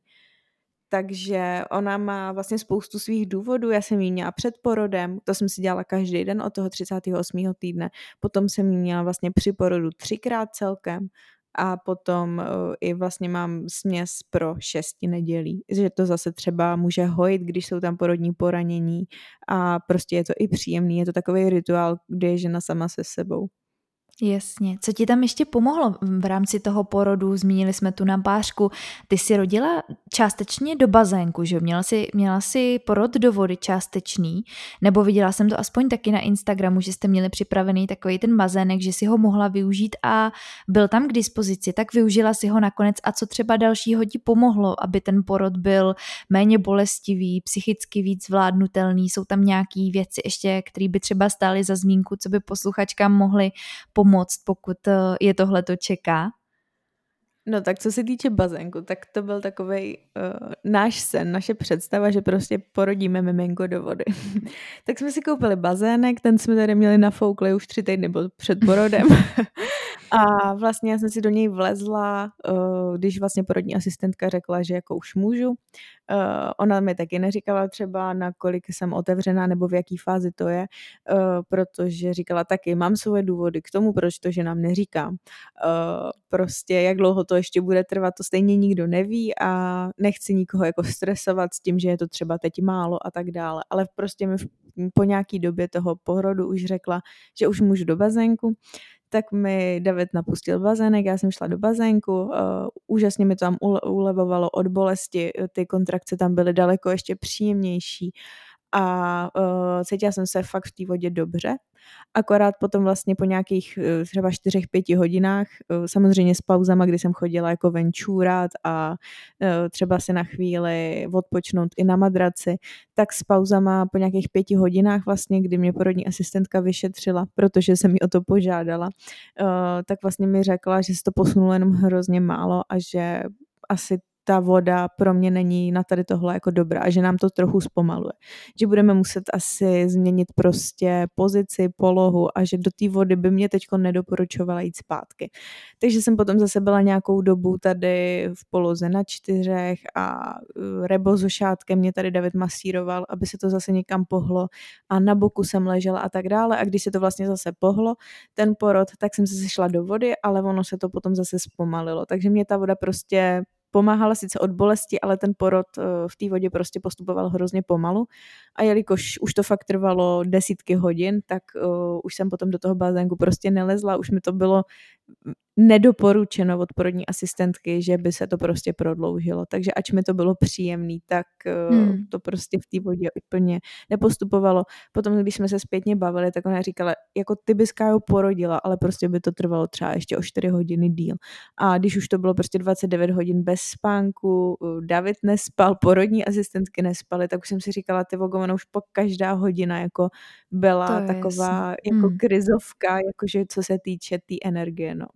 Takže ona má vlastně spoustu svých důvodů. Já jsem ji měla před porodem, to jsem si dělala každý den od toho 38. týdne. Potom jsem ji měla vlastně při porodu 3krát celkem a potom i vlastně mám směs pro 6 nedělí. Že to zase třeba může hojit, když jsou tam porodní poranění a prostě je to i příjemný. Je to takový rituál, kdy je žena sama se sebou. Jasně. Co ti tam ještě pomohlo v rámci toho porodu? Zmínili jsme tu napářku. Ty jsi rodila částečně do bazénku, že? Měla jsi porod do vody částečný? Nebo viděla jsem to aspoň taky na Instagramu, že jste měli připravený takový ten bazének, že si ho mohla využít a byl tam k dispozici, tak využila si ho nakonec. A co třeba dalšího ti pomohlo, aby ten porod byl méně bolestivý, psychicky víc zvládnutelný? Jsou tam nějaký věci ještě, které by třeba stály za zmínku, co by posluchačkám mohly pomoct, pokud je tohleto čeká? No tak co se týče bazénku, tak to byl takovej náš sen, naše představa, že prostě porodíme miminko do vody. Tak jsme si koupili bazének, ten jsme tady měli nafoukli už 3 týdny před porodem. A vlastně já jsem si do něj vlezla, když vlastně porodní asistentka řekla, že jako už můžu. Ona mi taky neříkala třeba, na kolik jsem otevřená nebo v jaký fázi to je, protože říkala taky, mám svoje důvody k tomu, proč to ženám neříkám. Prostě jak dlouho to ještě bude trvat, to stejně nikdo neví a nechci nikoho jako stresovat s tím, že je to třeba teď málo a tak dále. Ale prostě mi po nějaký době toho porodu už řekla, že už můžu do bazénku, tak mi David napustil bazének, já jsem šla do bazénku, úžasně mi to tam ulevovalo od bolesti, ty kontrakce tam byly daleko ještě příjemnější a cítila jsem se fakt v té vodě dobře. Akorát potom vlastně po nějakých třeba 4-5 hodinách, samozřejmě s pauzama, kdy jsem chodila jako ven čůrat a třeba si na chvíli odpočnout i na madraci, tak s pauzama po nějakých 5 hodinách vlastně, kdy mě porodní asistentka vyšetřila, protože jsem ji o to požádala, tak vlastně mi řekla, že se to posunulo jenom hrozně málo a že asi ta voda pro mě není na tady tohle jako dobrá a že nám to trochu zpomaluje. Že budeme muset asi změnit prostě pozici, polohu a že do té vody by mě teďko nedoporučovala jít zpátky. Takže jsem potom zase byla nějakou dobu tady v poloze na 4 a rebozošátkem mě tady David masíroval, aby se to zase někam pohlo a na boku jsem ležela a tak dále a když se to vlastně zase pohlo, ten porod, tak jsem se šla do vody, ale ono se to potom zase zpomalilo. Takže mě ta voda prostě pomáhala sice od bolesti, ale ten porod v té vodě prostě postupoval hrozně pomalu a jelikož už to fakt trvalo desítky hodin, tak už jsem potom do toho bazénku prostě nelezla, už mi to bylo nedoporučeno od porodní asistentky, že by se to prostě prodloužilo. Takže ač mi to bylo příjemný, tak to prostě v té vodě úplně nepostupovalo. Potom, když jsme se zpětně bavili, tak ona říkala, jako ty bys Kájo porodila, ale prostě by to trvalo třeba ještě o 4 hodiny díl. A když už to bylo prostě 29 hodin bez spánku, David nespal, porodní asistentky nespaly, tak už jsem si říkala, ty vogo, ona už po každá hodina jako byla taková jako krizovka, jakože co se týče té energie, no.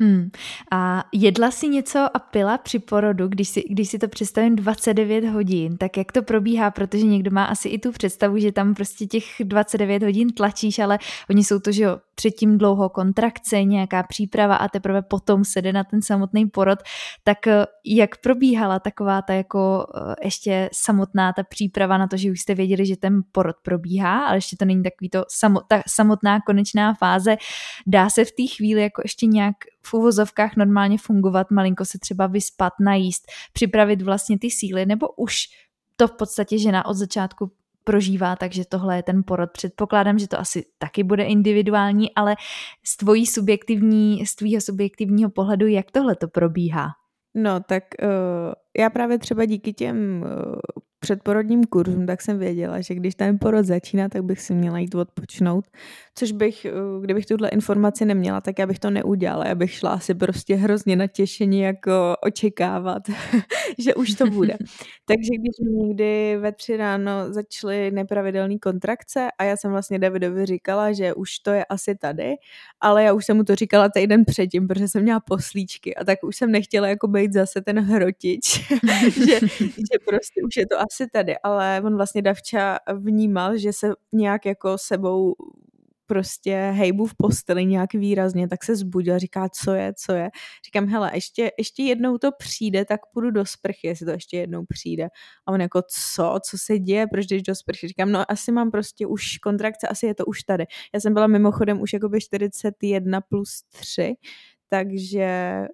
A jedla si něco a pila při porodu, když si to představím 29 hodin, tak jak to probíhá, protože někdo má asi i tu představu, že tam prostě těch 29 hodin tlačíš, ale oni jsou to, že jo, předtím dlouho kontrakce, nějaká příprava a teprve potom se jde na ten samotný porod, tak jak probíhala taková ta jako ještě samotná ta příprava na to, že už jste věděli, že ten porod probíhá, ale ještě to není takový to ta samotná konečná fáze, dá se v té chvíli jako ještě nějak v uvozovkách normálně fungovat, malinko se třeba vyspat, najíst, připravit vlastně ty síly, nebo už to v podstatě žena od začátku prožívá, takže tohle je ten porod. Předpokládám, že to asi taky bude individuální, ale z tvýho subjektivního pohledu, jak tohle to probíhá? No, tak já právě třeba díky těm předporodním kurzům, tak jsem věděla, že když ten porod začíná, tak bych si měla jít odpočnout, což bych, kdybych tuhle informaci neměla, tak já bych to neudělala, já bych šla asi prostě hrozně natěšení jako očekávat, že už to bude. Takže když mi někdy ve 3 ráno začaly nepravidelné kontrakce a já jsem vlastně Davidovi říkala, že už to je asi tady, ale já už jsem mu to říkala týden předtím, protože jsem měla poslíčky a tak už jsem nechtěla jako být zase ten hrotič, že prostě už je to asi tady, ale on vlastně Davča vnímal, že se nějak jako sebou prostě hejbu v posteli nějak výrazně, tak se zbudil, říká, co je. Říkám, hele, ještě jednou to přijde, tak půjdu do sprchy, jestli to ještě jednou přijde. A on jako, co se děje, proč jdeš do sprchy? Říkám, no asi mám prostě už kontrakce, asi je to už tady. Já jsem byla mimochodem už jakoby 41 plus 3, takže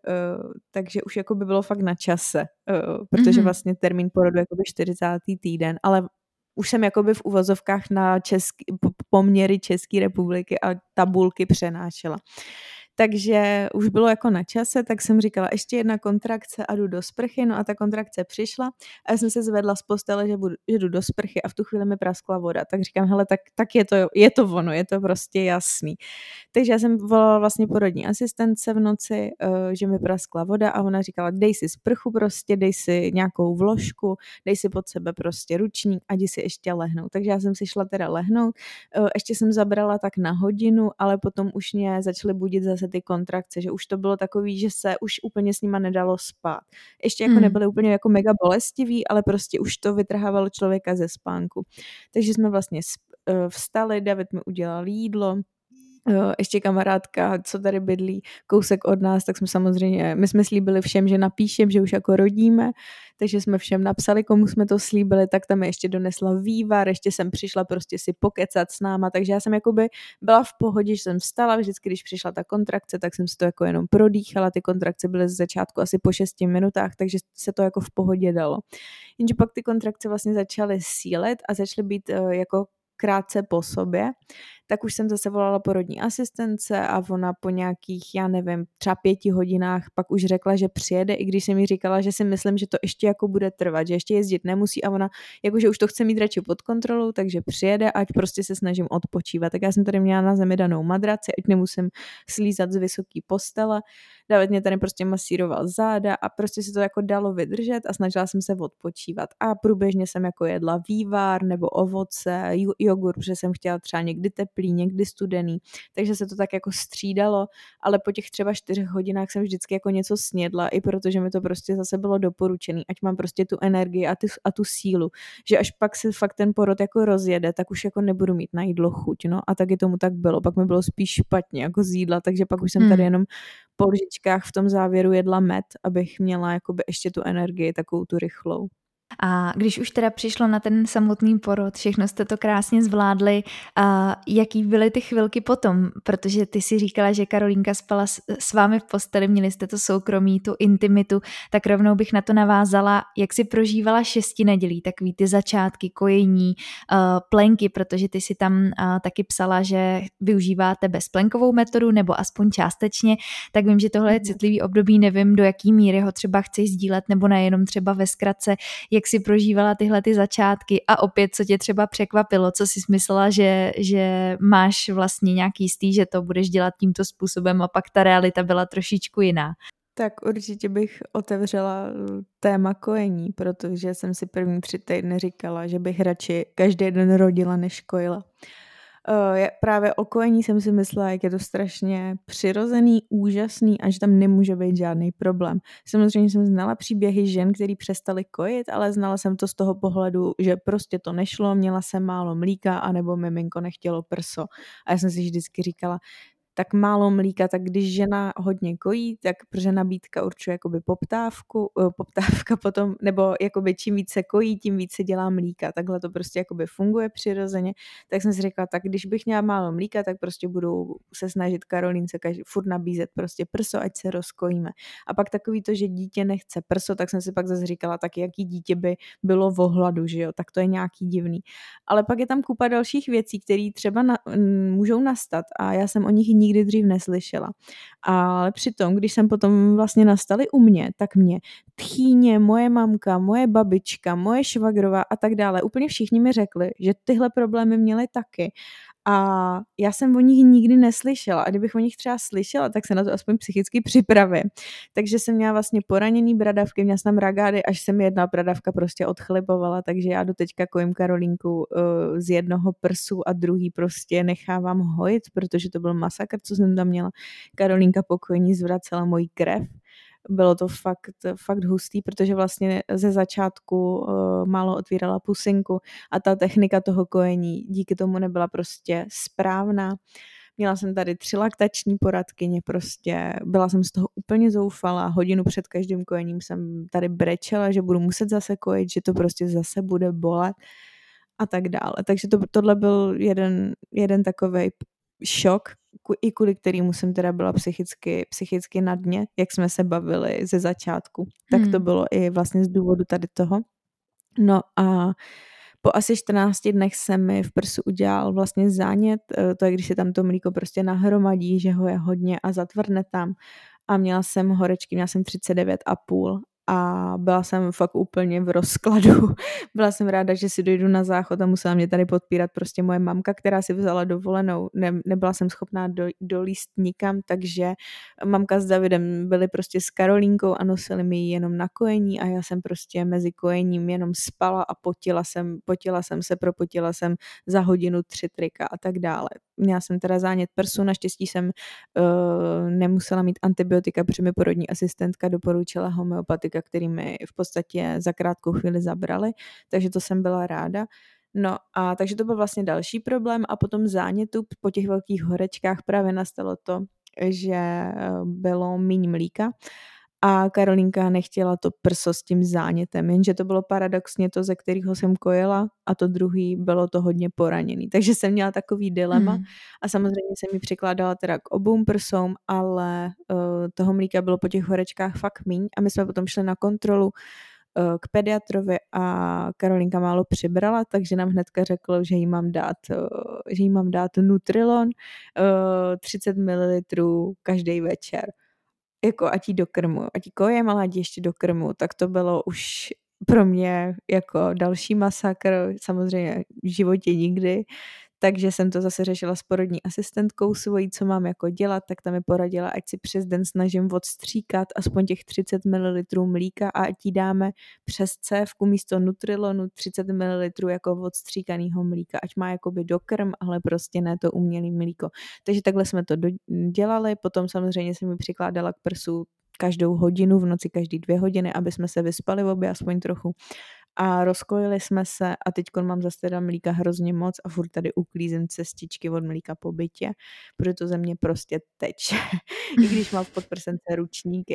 už jako by bylo fakt na čase, protože vlastně termín porodu je jakoby 40. týden, ale už jsem jakoby v uvozovkách na poměry České republiky a tabulky přenášela. Takže už bylo jako na čase, tak jsem říkala, ještě jedna kontrakce a jdu do sprchy, no a ta kontrakce přišla a já jsem se zvedla z postele, že jdu do sprchy a v tu chvíli mi praskla voda. Tak říkám, hele, tak je to ono, je to prostě jasný. Takže já jsem volala vlastně porodní asistence v noci, že mi praskla voda a ona říkala, dej si sprchu prostě, dej si nějakou vložku, dej si pod sebe prostě ručník a jdi si ještě lehnout. Takže já jsem si šla teda lehnout, ještě jsem zabrala tak na hodinu, ale potom už mě začaly budit zase ty kontrakce, že už to bylo takový, že se už úplně s nima nedalo spát. Ještě jako nebyly úplně jako mega bolestivý, ale prostě už to vytrhávalo člověka ze spánku. Takže jsme vlastně vstali, David mi udělal jídlo, ještě kamarádka, co tady bydlí kousek od nás, tak jsme samozřejmě, my jsme slíbili všem, že napíšem, že už jako rodíme, takže jsme všem napsali, komu jsme to slíbili, tak tam ještě donesla vývar, ještě jsem přišla prostě si pokecat s náma, takže já jsem jakoby byla v pohodě, že jsem vstala, vždycky, když přišla ta kontrakce, tak jsem si to jako jenom prodýchala, ty kontrakce byly z začátku asi po 6 minutách, takže se to jako v pohodě dalo. Jenže pak ty kontrakce vlastně začaly sílit a začaly být jako krátce po sobě, tak už jsem zase volala porodní asistence a ona po nějakých, já nevím, třeba 5 hodinách pak už řekla, že přijede, i když jsem mi říkala, že si myslím, že to ještě jako bude trvat, že ještě jezdit nemusí a ona jakože už to chce mít radši pod kontrolou, takže přijede, ať prostě se snažím odpočívat. Tak já jsem tady měla na zemi danou madraci, ať nemusím slízat z vysoký postele, David mě tady prostě masíroval záda a prostě se to jako dalo vydržet a snažila jsem se odpočívat. A průběžně jsem jako jedla vývar nebo ovoce, jogurt, protože jsem chtěla třeba někdy teplý, někdy studený, takže se to tak jako střídalo, ale po těch třeba 4 hodinách jsem vždycky jako něco snědla, i protože mi to prostě zase bylo doporučený, ať mám prostě tu energii a tu sílu, že až pak se fakt ten porod jako rozjede, tak už jako nebudu mít na jídlo chuť, no a taky tomu tak bylo, pak mi bylo spíš špatně jako z jídla, takže pak už jsem tady jenom po lžičkách v tom závěru jedla med, abych měla jakoby ještě tu energii, takovou tu rychlou. A když už teda přišlo na ten samotný porod, všechno jste to krásně zvládli, a jaký byly ty chvilky potom? Protože ty si říkala, že Karolínka spala s vámi v posteli, měli jste to soukromí, tu intimitu, tak rovnou bych na to navázala, jak si prožívala 6 nedělí, takový ty začátky, kojení, plenky, protože ty si tam taky psala, že využíváte bezplenkovou metodu, nebo aspoň částečně, tak vím, že tohle je citlivý období, nevím, do jaký míry ho třeba chceš sdílet, nebo nejenom třeba ve zkratce, jak jsi prožívala tyhle ty začátky a opět, co tě třeba překvapilo, co jsi myslela, že máš vlastně nějaký jistý, že to budeš dělat tímto způsobem a pak ta realita byla trošičku jiná. Tak určitě bych otevřela téma kojení, protože jsem si první 3 týdny říkala, že bych radši každý den rodila, než kojila. Právě o kojení jsem si myslela, jak je to strašně přirozený, úžasný a že tam nemůže být žádný problém. Samozřejmě jsem znala příběhy žen, který přestali kojit, ale znala jsem to z toho pohledu, že prostě to nešlo, měla jsem málo mlíka anebo miminko nechtělo prso. A já jsem si vždycky říkala, tak málo mlíka, tak když žena hodně kojí, tak protože nabídka určuje jakoby poptávka potom, nebo jakoby čím více kojí, tím více dělá mlíka. Takhle to prostě jakoby funguje přirozeně. Tak jsem si říkala, tak když bych měla málo mlíka, tak prostě budu se snažit Karolínce furt nabízet prostě prso, ať se rozkojíme. A pak takový to, že dítě nechce prso, tak jsem si pak zase říkala, tak jaký dítě by bylo v ohladu, že jo, tak to je nějaký divný. Ale pak je tam kupa dalších věcí, které třeba můžou nastat a já jsem o nich nikdy dřív neslyšela. Ale přitom, když jsem potom vlastně nastaly u mě, tak mě tchýně, moje mamka, moje babička, moje švagrová a tak dále, úplně všichni mi řekli, že tyhle problémy měly taky. A já jsem o nich nikdy neslyšela a kdybych o nich třeba slyšela, tak se na to aspoň psychicky připravím. Takže jsem měla vlastně poraněný bradavky, měla jsem tam ragády, až se mi jedna bradavka prostě odchlibovala, takže já doteďka kojím Karolínku z jednoho prsu a druhý prostě nechávám hojit, protože to byl masakr, co jsem tam měla. Karolínka po kojení zvracela moji krev. Bylo to fakt hustý, protože vlastně ze začátku málo otvírala pusinku a ta technika toho kojení díky tomu nebyla prostě správná. Měla jsem tady 3 laktační poradkyně, prostě byla jsem z toho úplně zoufalá. Hodinu před každým kojením jsem tady brečela, že budu muset zase kojit, že to prostě zase bude bolet a tak dále. Takže tohle byl jeden takovej šok, i kvůli kterému jsem teda byla psychicky na dně, jak jsme se bavili ze začátku. Tak to bylo i vlastně z důvodu tady toho. No a po asi 14 dnech se mi v prsu udělal vlastně zánět, to je, když se tam to mlíko prostě nahromadí, že ho je hodně a zatvrdne tam. A měla jsem horečky, měla jsem 39,5 a byla jsem fakt úplně v rozkladu. Byla jsem ráda, že si dojdu na záchod a musela mě tady podpírat prostě moje mamka, která si vzala dovolenou. Nebyla jsem schopná dolíst nikam, takže mamka s Davidem byli prostě s Karolínkou a nosili mi ji jenom na kojení a já jsem prostě mezi kojením jenom spala a propotila jsem za hodinu 3 trika a tak dále. Měla jsem teda zánět prsu, naštěstí jsem nemusela mít antibiotika, protože mi porodní asistentka doporučila homeopatika, který mi v podstatě za krátkou chvíli zabrali, takže to jsem byla ráda. No a takže to byl vlastně další problém a potom zánětu po těch velkých horečkách právě nastalo to, že bylo míň mlíka a Karolínka nechtěla to prso s tím zánětem, jenže to bylo paradoxně to, ze kterého jsem kojila a to druhý bylo to hodně poraněný. Takže jsem měla takový dilema a samozřejmě jsem mi přikládala teda k obou prsům, ale toho mlíka bylo po těch horečkách fakt míň a my jsme potom šli na kontrolu k pediatrovi a Karolínka málo přibrala, takže nám hnedka řekl, že jí mám dát Nutrilon 30 ml každý večer. Jako ať jí do krmu, ať jí kojem, ale ať jí ještě do krmu, tak to bylo už pro mě jako další masakr, samozřejmě v životě nikdy. Takže jsem to zase řešila s porodní asistentkou svojí, co mám jako dělat, tak tam mi poradila, ať si přes den snažím odstříkat aspoň těch 30 ml mlíka a ať jí dáme přes cévku místo Nutrilonu 30 ml jako odstříkanýho mlíka, ať má jakoby dokrm, ale prostě ne to umělý mlíko. Takže takhle jsme to dělali, potom samozřejmě jsem mi přikládala k prsu každou hodinu, v noci každý 2 hodiny, aby jsme se vyspali obě aspoň trochu. A rozkojili jsme se a teďkon mám zase teda mlíka hrozně moc a furt tady uklízím cestičky od mlíka po bytě, protože to ze mě prostě teče, i když mám v podprsence ručníky.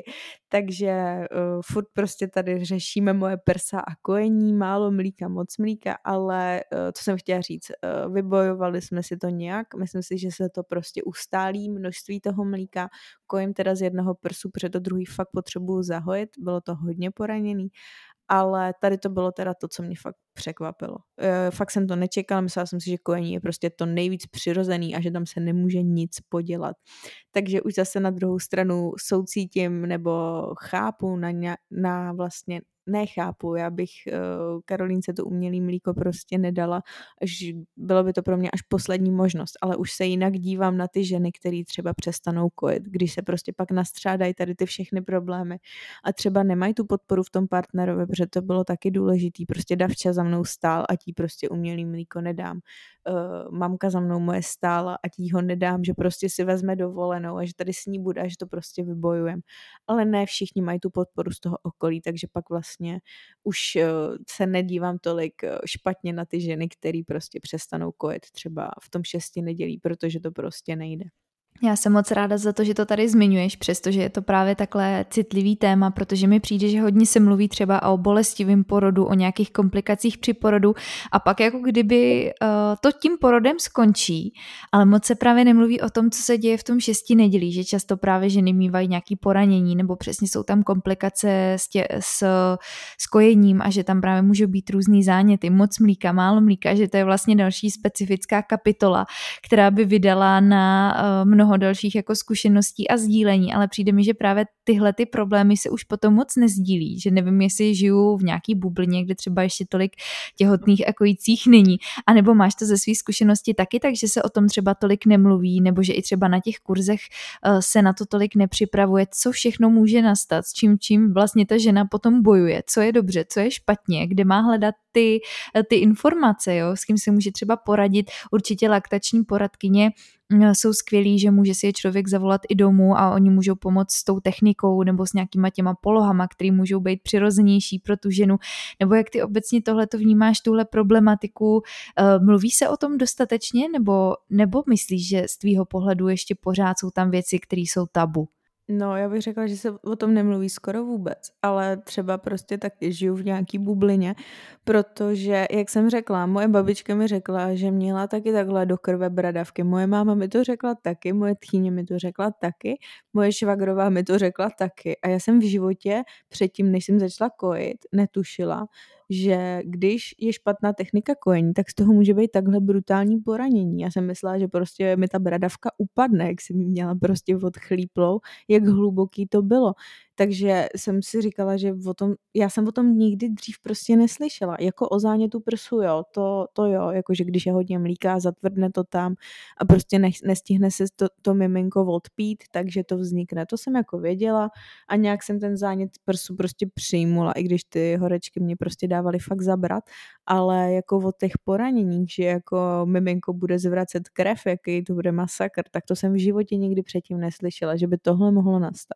Takže furt prostě tady řešíme moje prsa a kojení, málo mlíka, moc mlíka, ale co jsem chtěla říct, vybojovali jsme si to nějak, myslím si, že se to prostě ustálí množství toho mlíka, kojím teda z jednoho prsu, protože to druhý fakt potřebuju zahojit, bylo to hodně poraněný, ale tady to bylo teda to, co mě fakt překvapilo. Fakt jsem to nečekala, myslela jsem si, že kojení je prostě to nejvíc přirozený a že tam se nemůže nic podělat. Takže už zase na druhou stranu soucítím nebo chápu na vlastně nechápu, já bych Karolínce to umělý mlíko prostě nedala, bylo by to pro mě až poslední možnost, ale už se jinak dívám na ty ženy, které třeba přestanou kojit, když se prostě pak nastřádají tady ty všechny problémy a třeba nemají tu podporu v tom partnerovi, protože to bylo taky důležitý, prostě Davča za mnou stál, ať jí prostě umělý mlíko nedám. Mamka za mnou moje stála, ať jí ho nedám, že prostě si vezme dovolenou a že tady s ní bude a že to prostě vybojujem. Ale ne všichni mají tu podporu z toho okolí, takže pak vlastně už se nedívám tolik špatně na ty ženy, které prostě přestanou kojit třeba v tom 6 nedělí, protože to prostě nejde. Já jsem moc ráda za to, že to tady zmiňuješ, přestože je to právě takhle citlivý téma, protože mi přijde, že hodně se mluví třeba o bolestivém porodu, o nějakých komplikacích při porodu a pak jako kdyby to tím porodem skončí, ale moc se právě nemluví o tom, co se děje v tom 6 nedělí, že často právě ženy mývají nějaké poranění nebo přesně jsou tam komplikace s kojením a že tam právě můžou být různý záněty, moc mlíka, málo mlíka, že to je vlastně další specifická kapitola, která by vydala na mnoho dalších jako zkušeností a sdílení, ale přijde mi, že právě tyhle ty problémy se už potom moc nezdílí, že nevím, jestli žiju v nějaký bublině, kde třeba ještě tolik těhotných a kojících není, anebo máš to ze svých zkušeností taky, takže se o tom třeba tolik nemluví, nebo že i třeba na těch kurzech se na to tolik nepřipravuje, co všechno může nastat, s čím vlastně ta žena potom bojuje, co je dobře, co je špatně, kde má hledat ty informace, jo, s kým se může třeba poradit, určitě laktační poradkyně jsou skvělí, že může si je člověk zavolat i domů a oni můžou pomoct s tou technikou nebo s nějakýma těma polohama, které můžou být přirozenější pro tu ženu, nebo jak ty obecně tohleto vnímáš, tuhle problematiku, mluví se o tom dostatečně, nebo myslíš, že z tvýho pohledu ještě pořád jsou tam věci, které jsou tabu? No, já bych řekla, že se o tom nemluví skoro vůbec, ale třeba prostě taky žiju v nějaký bublině, protože, jak jsem řekla, moje babička mi řekla, že měla taky takhle do krve bradavky, moje máma mi to řekla taky, moje tchýně mi to řekla taky, moje švagrová mi to řekla taky a já jsem v životě předtím, než jsem začala kojit, netušila, že když je špatná technika kojení, tak z toho může být takhle brutální poranění. Já jsem myslela, že prostě mi ta bradavka upadne, jak jsem ji měla prostě odchlíplou, jak hluboký to bylo. Takže jsem si říkala, že já jsem o tom nikdy dřív prostě neslyšela. Jako o zánětu prsu, jo, to jo, jakože když je hodně mlíka, zatvrdne to tam a prostě nestihne se to miminko odpít, takže to vznikne. To jsem jako věděla a nějak jsem ten zánět prsu prostě přijmula, i když ty horečky mě prostě dávaly fakt zabrat, ale jako o těch poraněních, že jako miminko bude zvracet krev, jaký to bude masakr, tak to jsem v životě nikdy předtím neslyšela, že by tohle mohlo nastat.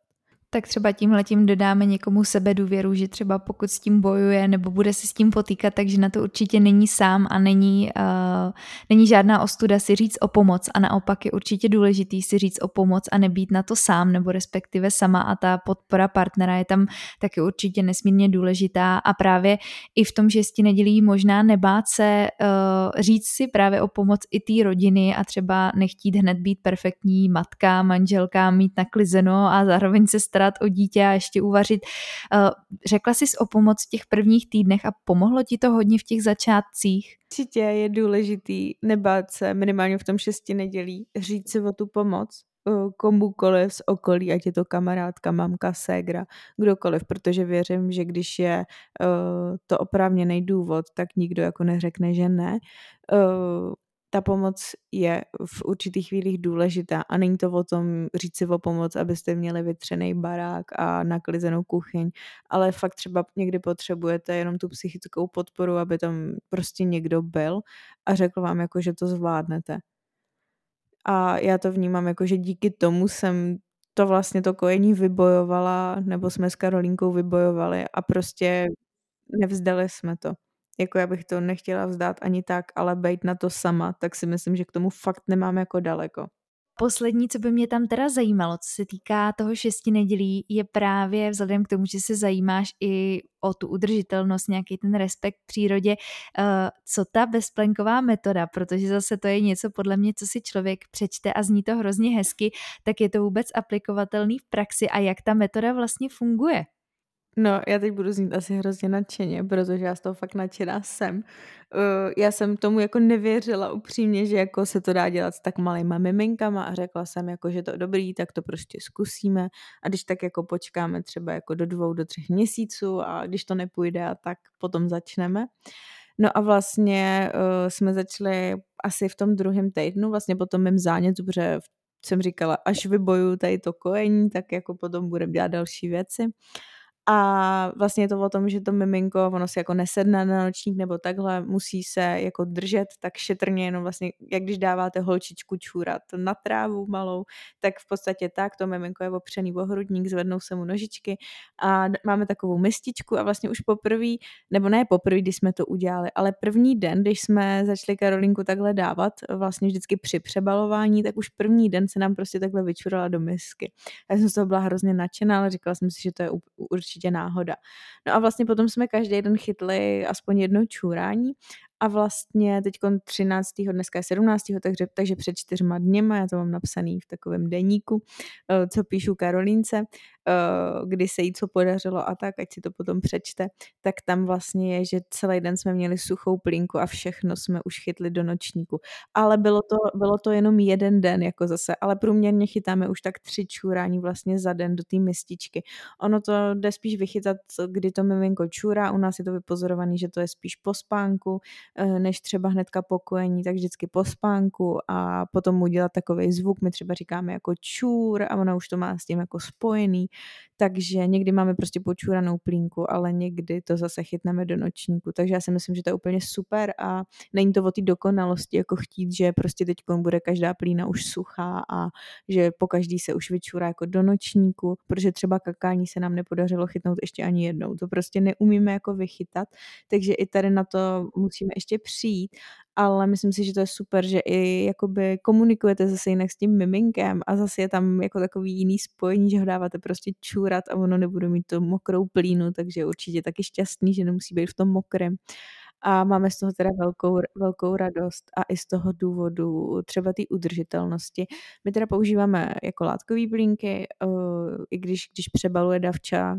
Tak třeba tímhletím dodáme někomu sebedůvěru, že třeba pokud s tím bojuje nebo bude se s tím potýkat, takže na to určitě není sám a není žádná ostuda si říct o pomoc a naopak je určitě důležitý si říct o pomoc a nebýt na to sám nebo respektive sama a ta podpora partnera je tam taky určitě nesmírně důležitá a právě i v tom 6 nedělí možná nebát se říct si právě o pomoc i té rodiny a třeba nechtít hned být perfektní matka, manželka, mít naklizeno a zároveň se starat o dítě a ještě uvařit. Řekla jsi o pomoc v těch prvních týdnech a pomohlo ti to hodně v těch začátcích? Určitě je důležitý nebát se minimálně v tom 6 nedělí říct si o tu pomoc komukoliv z okolí, ať je to kamarádka, mamka, ségra, kdokoliv, protože věřím, že když je to oprávněný důvod, tak nikdo jako neřekne, že ne. Ta pomoc je v určitých chvílích důležitá a není to o tom říct si o pomoc, abyste měli vytřený barák a naklizenou kuchyň, ale fakt třeba někdy potřebujete jenom tu psychickou podporu, aby tam prostě někdo byl a řekl vám jako, že to zvládnete. A já to vnímám jako, že díky tomu jsem to vlastně to kojení vybojovala, nebo jsme s Karolínkou vybojovali a prostě nevzdali jsme to. Jako já bych to nechtěla vzdát ani tak, ale bejt na to sama, tak si myslím, že k tomu fakt nemám jako daleko. Poslední, co by mě tam teda zajímalo, co se týká toho 6 nedělí, je právě vzhledem k tomu, že se zajímáš i o tu udržitelnost, nějaký ten respekt k přírodě, co ta bezplenková metoda, protože zase to je něco podle mě, co si člověk přečte a zní to hrozně hezky, tak je to vůbec aplikovatelný v praxi a jak ta metoda vlastně funguje? No, já teď budu znít asi hrozně nadšeně, protože já z toho fakt nadšená jsem. Já jsem tomu jako nevěřila upřímně, že jako se to dá dělat s tak malýma miminkama a řekla jsem jako, že to dobrý, tak to prostě zkusíme a když tak jako počkáme třeba jako do 2, do 3 měsíců a když to nepůjde, a tak potom začneme. No a vlastně jsme začali asi v tom 2. týdnu, vlastně po tom mém zánětu, protože jsem říkala, až vybojuju tady to kojení, tak jako potom budeme dělat další věci. A vlastně je to o tom, že to miminko, ono si jako nesedne na nočník nebo takhle, musí se jako držet tak šetrně, jenom vlastně, jak když dáváte holčičku čůrat na trávu malou, tak v podstatě tak, to miminko je opřený o hrudník, zvednou se mu nožičky a máme takovou mističku a vlastně už poprvé, nebo ne poprvé, když jsme to udělali, ale první den, když jsme začali Karolinku takhle dávat, vlastně vždycky při přebalování, tak už první den se nám prostě takhle vyčurala do misky. Já jsem z toho byla hrozně nadšená, ale říkala jsem si, že to je určitě náhoda. No a vlastně potom jsme každý den chytli aspoň jedno čůrání a vlastně teďkon 13. dneska je 17. takže před 4 dněma, já to mám napsaný v takovém deníku, co píšu Karolínce, kdy se jí co podařilo a tak, ať si to potom přečte, tak tam vlastně je, že celý den jsme měli suchou plínku a všechno jsme už chytli do nočníku. Ale bylo to jenom jeden den jako zase, ale průměrně chytáme už tak 3 čůrání vlastně za den do té mističky. Ono to jde spíš vychytat, kdy to miminko čůrá, u nás je to vypozorovaný, že to je spíš po spánku, než třeba hnedka po kojení, tak vždycky po spánku a potom mu dělat takovej zvuk, my třeba říkáme jako čůr a ona už to má s tím jako spojený, takže někdy máme prostě počůranou plínku, ale někdy to zase chytneme do nočníku, takže já si myslím, že to je úplně super a není to o té dokonalosti, jako chtít, že prostě teďkon bude každá plína už suchá a že pokaždý se už vyčůrá jako do nočníku, protože třeba kakání se nám nepodařilo chytnout ještě ani jednou, to prostě neumíme jako vychytat, takže i tady na to musíme ještě přijít, ale myslím si, že to je super, že i jakoby komunikujete zase jinak s tím miminkem a zase je tam jako takový jiný spojení, že ho dáváte prostě čůrat a ono nebude mít tu mokrou plínu, takže je určitě taky šťastný, že nemusí být v tom mokrém. A máme z toho teda velkou radost a i z toho důvodu třeba té udržitelnosti. My teda používáme jako látkové plínky, i když přebaluje Davča,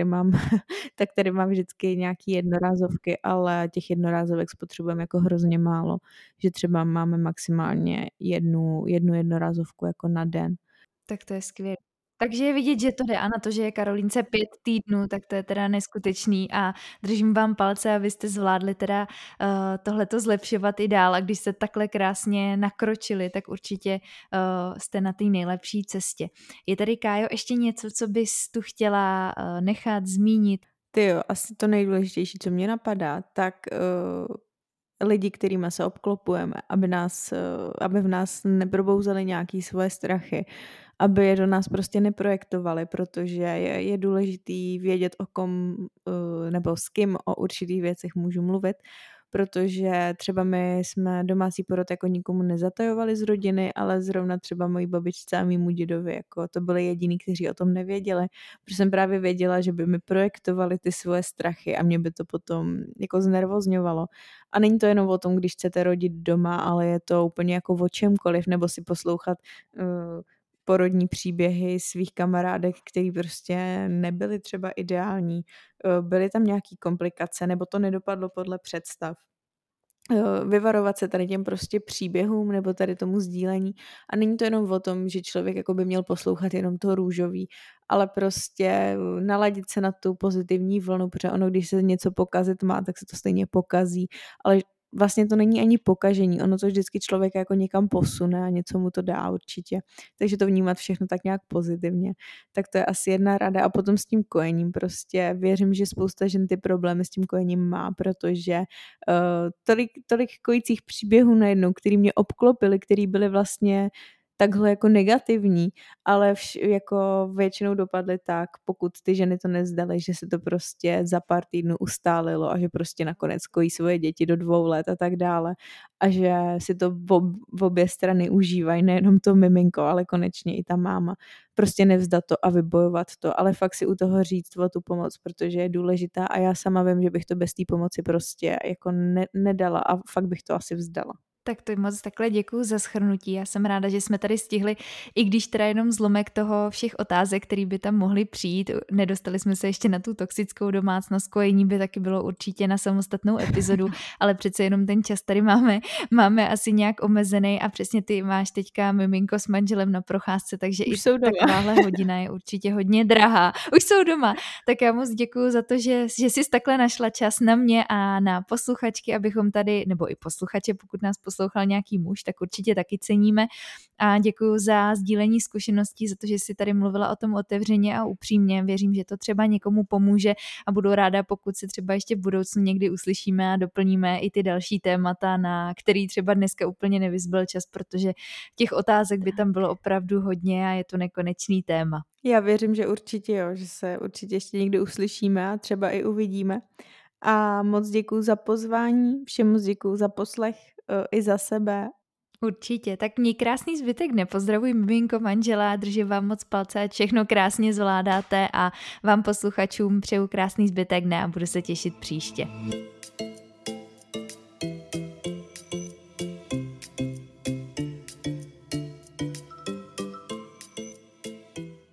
tak tady mám vždycky nějaký jednorázovky, ale těch jednorázovek spotřebujeme jako hrozně málo, že třeba máme maximálně jednu jednorázovku jako na den. Tak to je skvělé. Takže je vidět, že to jde a na to, že je Karolínce 5 týdnů, tak to je teda neskutečný a držím vám palce, abyste zvládli teda tohleto zlepšovat i dál a když jste takhle krásně nakročili, tak určitě jste na té nejlepší cestě. Je tady, Kájo, ještě něco, co bys tu chtěla nechat, zmínit? Ty jo, asi to nejdůležitější, co mě napadá, tak lidi, kterými se obklopujeme, aby v nás neprobouzeli nějaký svoje strachy, aby je do nás prostě neprojektovali, protože je důležitý vědět, o kom nebo s kým o určitých věcech můžu mluvit, protože třeba my jsme domácí porod jako nikomu nezatajovali z rodiny, ale zrovna třeba mojí babičce a mému dědovi, jako to byli jediní, kteří o tom nevěděli, protože jsem právě věděla, že by mi projektovali ty svoje strachy a mě by to potom jako znervozňovalo. A není to jenom o tom, když chcete rodit doma, ale je to úplně jako o čemkoliv, nebo si poslouchat porodní příběhy svých kamarádek, který prostě nebyly třeba ideální, byly tam nějaký komplikace, nebo to nedopadlo podle představ. Vyvarovat se tady těm prostě příběhům nebo tady tomu sdílení. A není to jenom o tom, že člověk jako by měl poslouchat jenom to růžový, ale prostě naladit se na tu pozitivní vlnu, protože ono, když se něco pokazit má, tak se to stejně pokazí, ale vlastně to není ani pokažení, ono to vždycky člověka jako někam posune a něco mu to dá určitě. Takže to vnímat všechno tak nějak pozitivně. Tak to je asi jedna rada. A potom s tím kojením prostě věřím, že spousta žen ty problémy s tím kojením má, protože tolik kojících příběhů najednou, který mě obklopily, který byly vlastně takhle jako negativní, ale jako většinou dopadly tak, pokud ty ženy to nezdaly, že se to prostě za pár týdnů ustálilo a že prostě nakonec kojí svoje děti do 2 let a tak dále a že si to v obě strany užívají, nejenom to miminko, ale konečně i ta máma. Prostě nevzdat to a vybojovat to, ale fakt si u toho říct o tu pomoc, protože je důležitá a já sama vím, že bych to bez té pomoci prostě jako nedala a fakt bych to asi vzdala. Tak to moc takhle děkuju za shrnutí. Já jsem ráda, že jsme tady stihli, i když teda jenom zlomek toho všech otázek, které by tam mohly přijít. Nedostali jsme se ještě na tu toxickou domácnost, kojení by taky bylo určitě na samostatnou epizodu, ale přece jenom ten čas tady máme asi nějak omezený a přesně ty máš teďka miminko s manželem na procházce, takže Už i takováhle hodina je určitě hodně drahá. Už jsou doma. Tak já moc děkuju za to, že jsi takhle našla čas na mě a na posluchačky, abychom tady, nebo i posluchače, pokud nás poslouchal nějaký muž, tak určitě taky ceníme a děkuju za sdílení zkušeností, za to, že jsi tady mluvila o tom otevřeně a upřímně. Věřím, že to třeba někomu pomůže a budu ráda, pokud se třeba ještě v budoucnu někdy uslyšíme a doplníme i ty další témata, na který třeba dneska úplně nevyzbyl čas, protože těch otázek by tam bylo opravdu hodně a je to nekonečný téma. Já věřím, že určitě jo, že se určitě ještě někdy uslyšíme a třeba i uvidíme. A moc děkuju za pozvání, všem moc děkuju za poslech i za sebe. Určitě, tak měj krásný zbytek dne, pozdravuj miminko, manžela, držím vám moc palce, ať všechno krásně zvládáte a vám posluchačům přeju krásný zbytek dne a budu se těšit příště.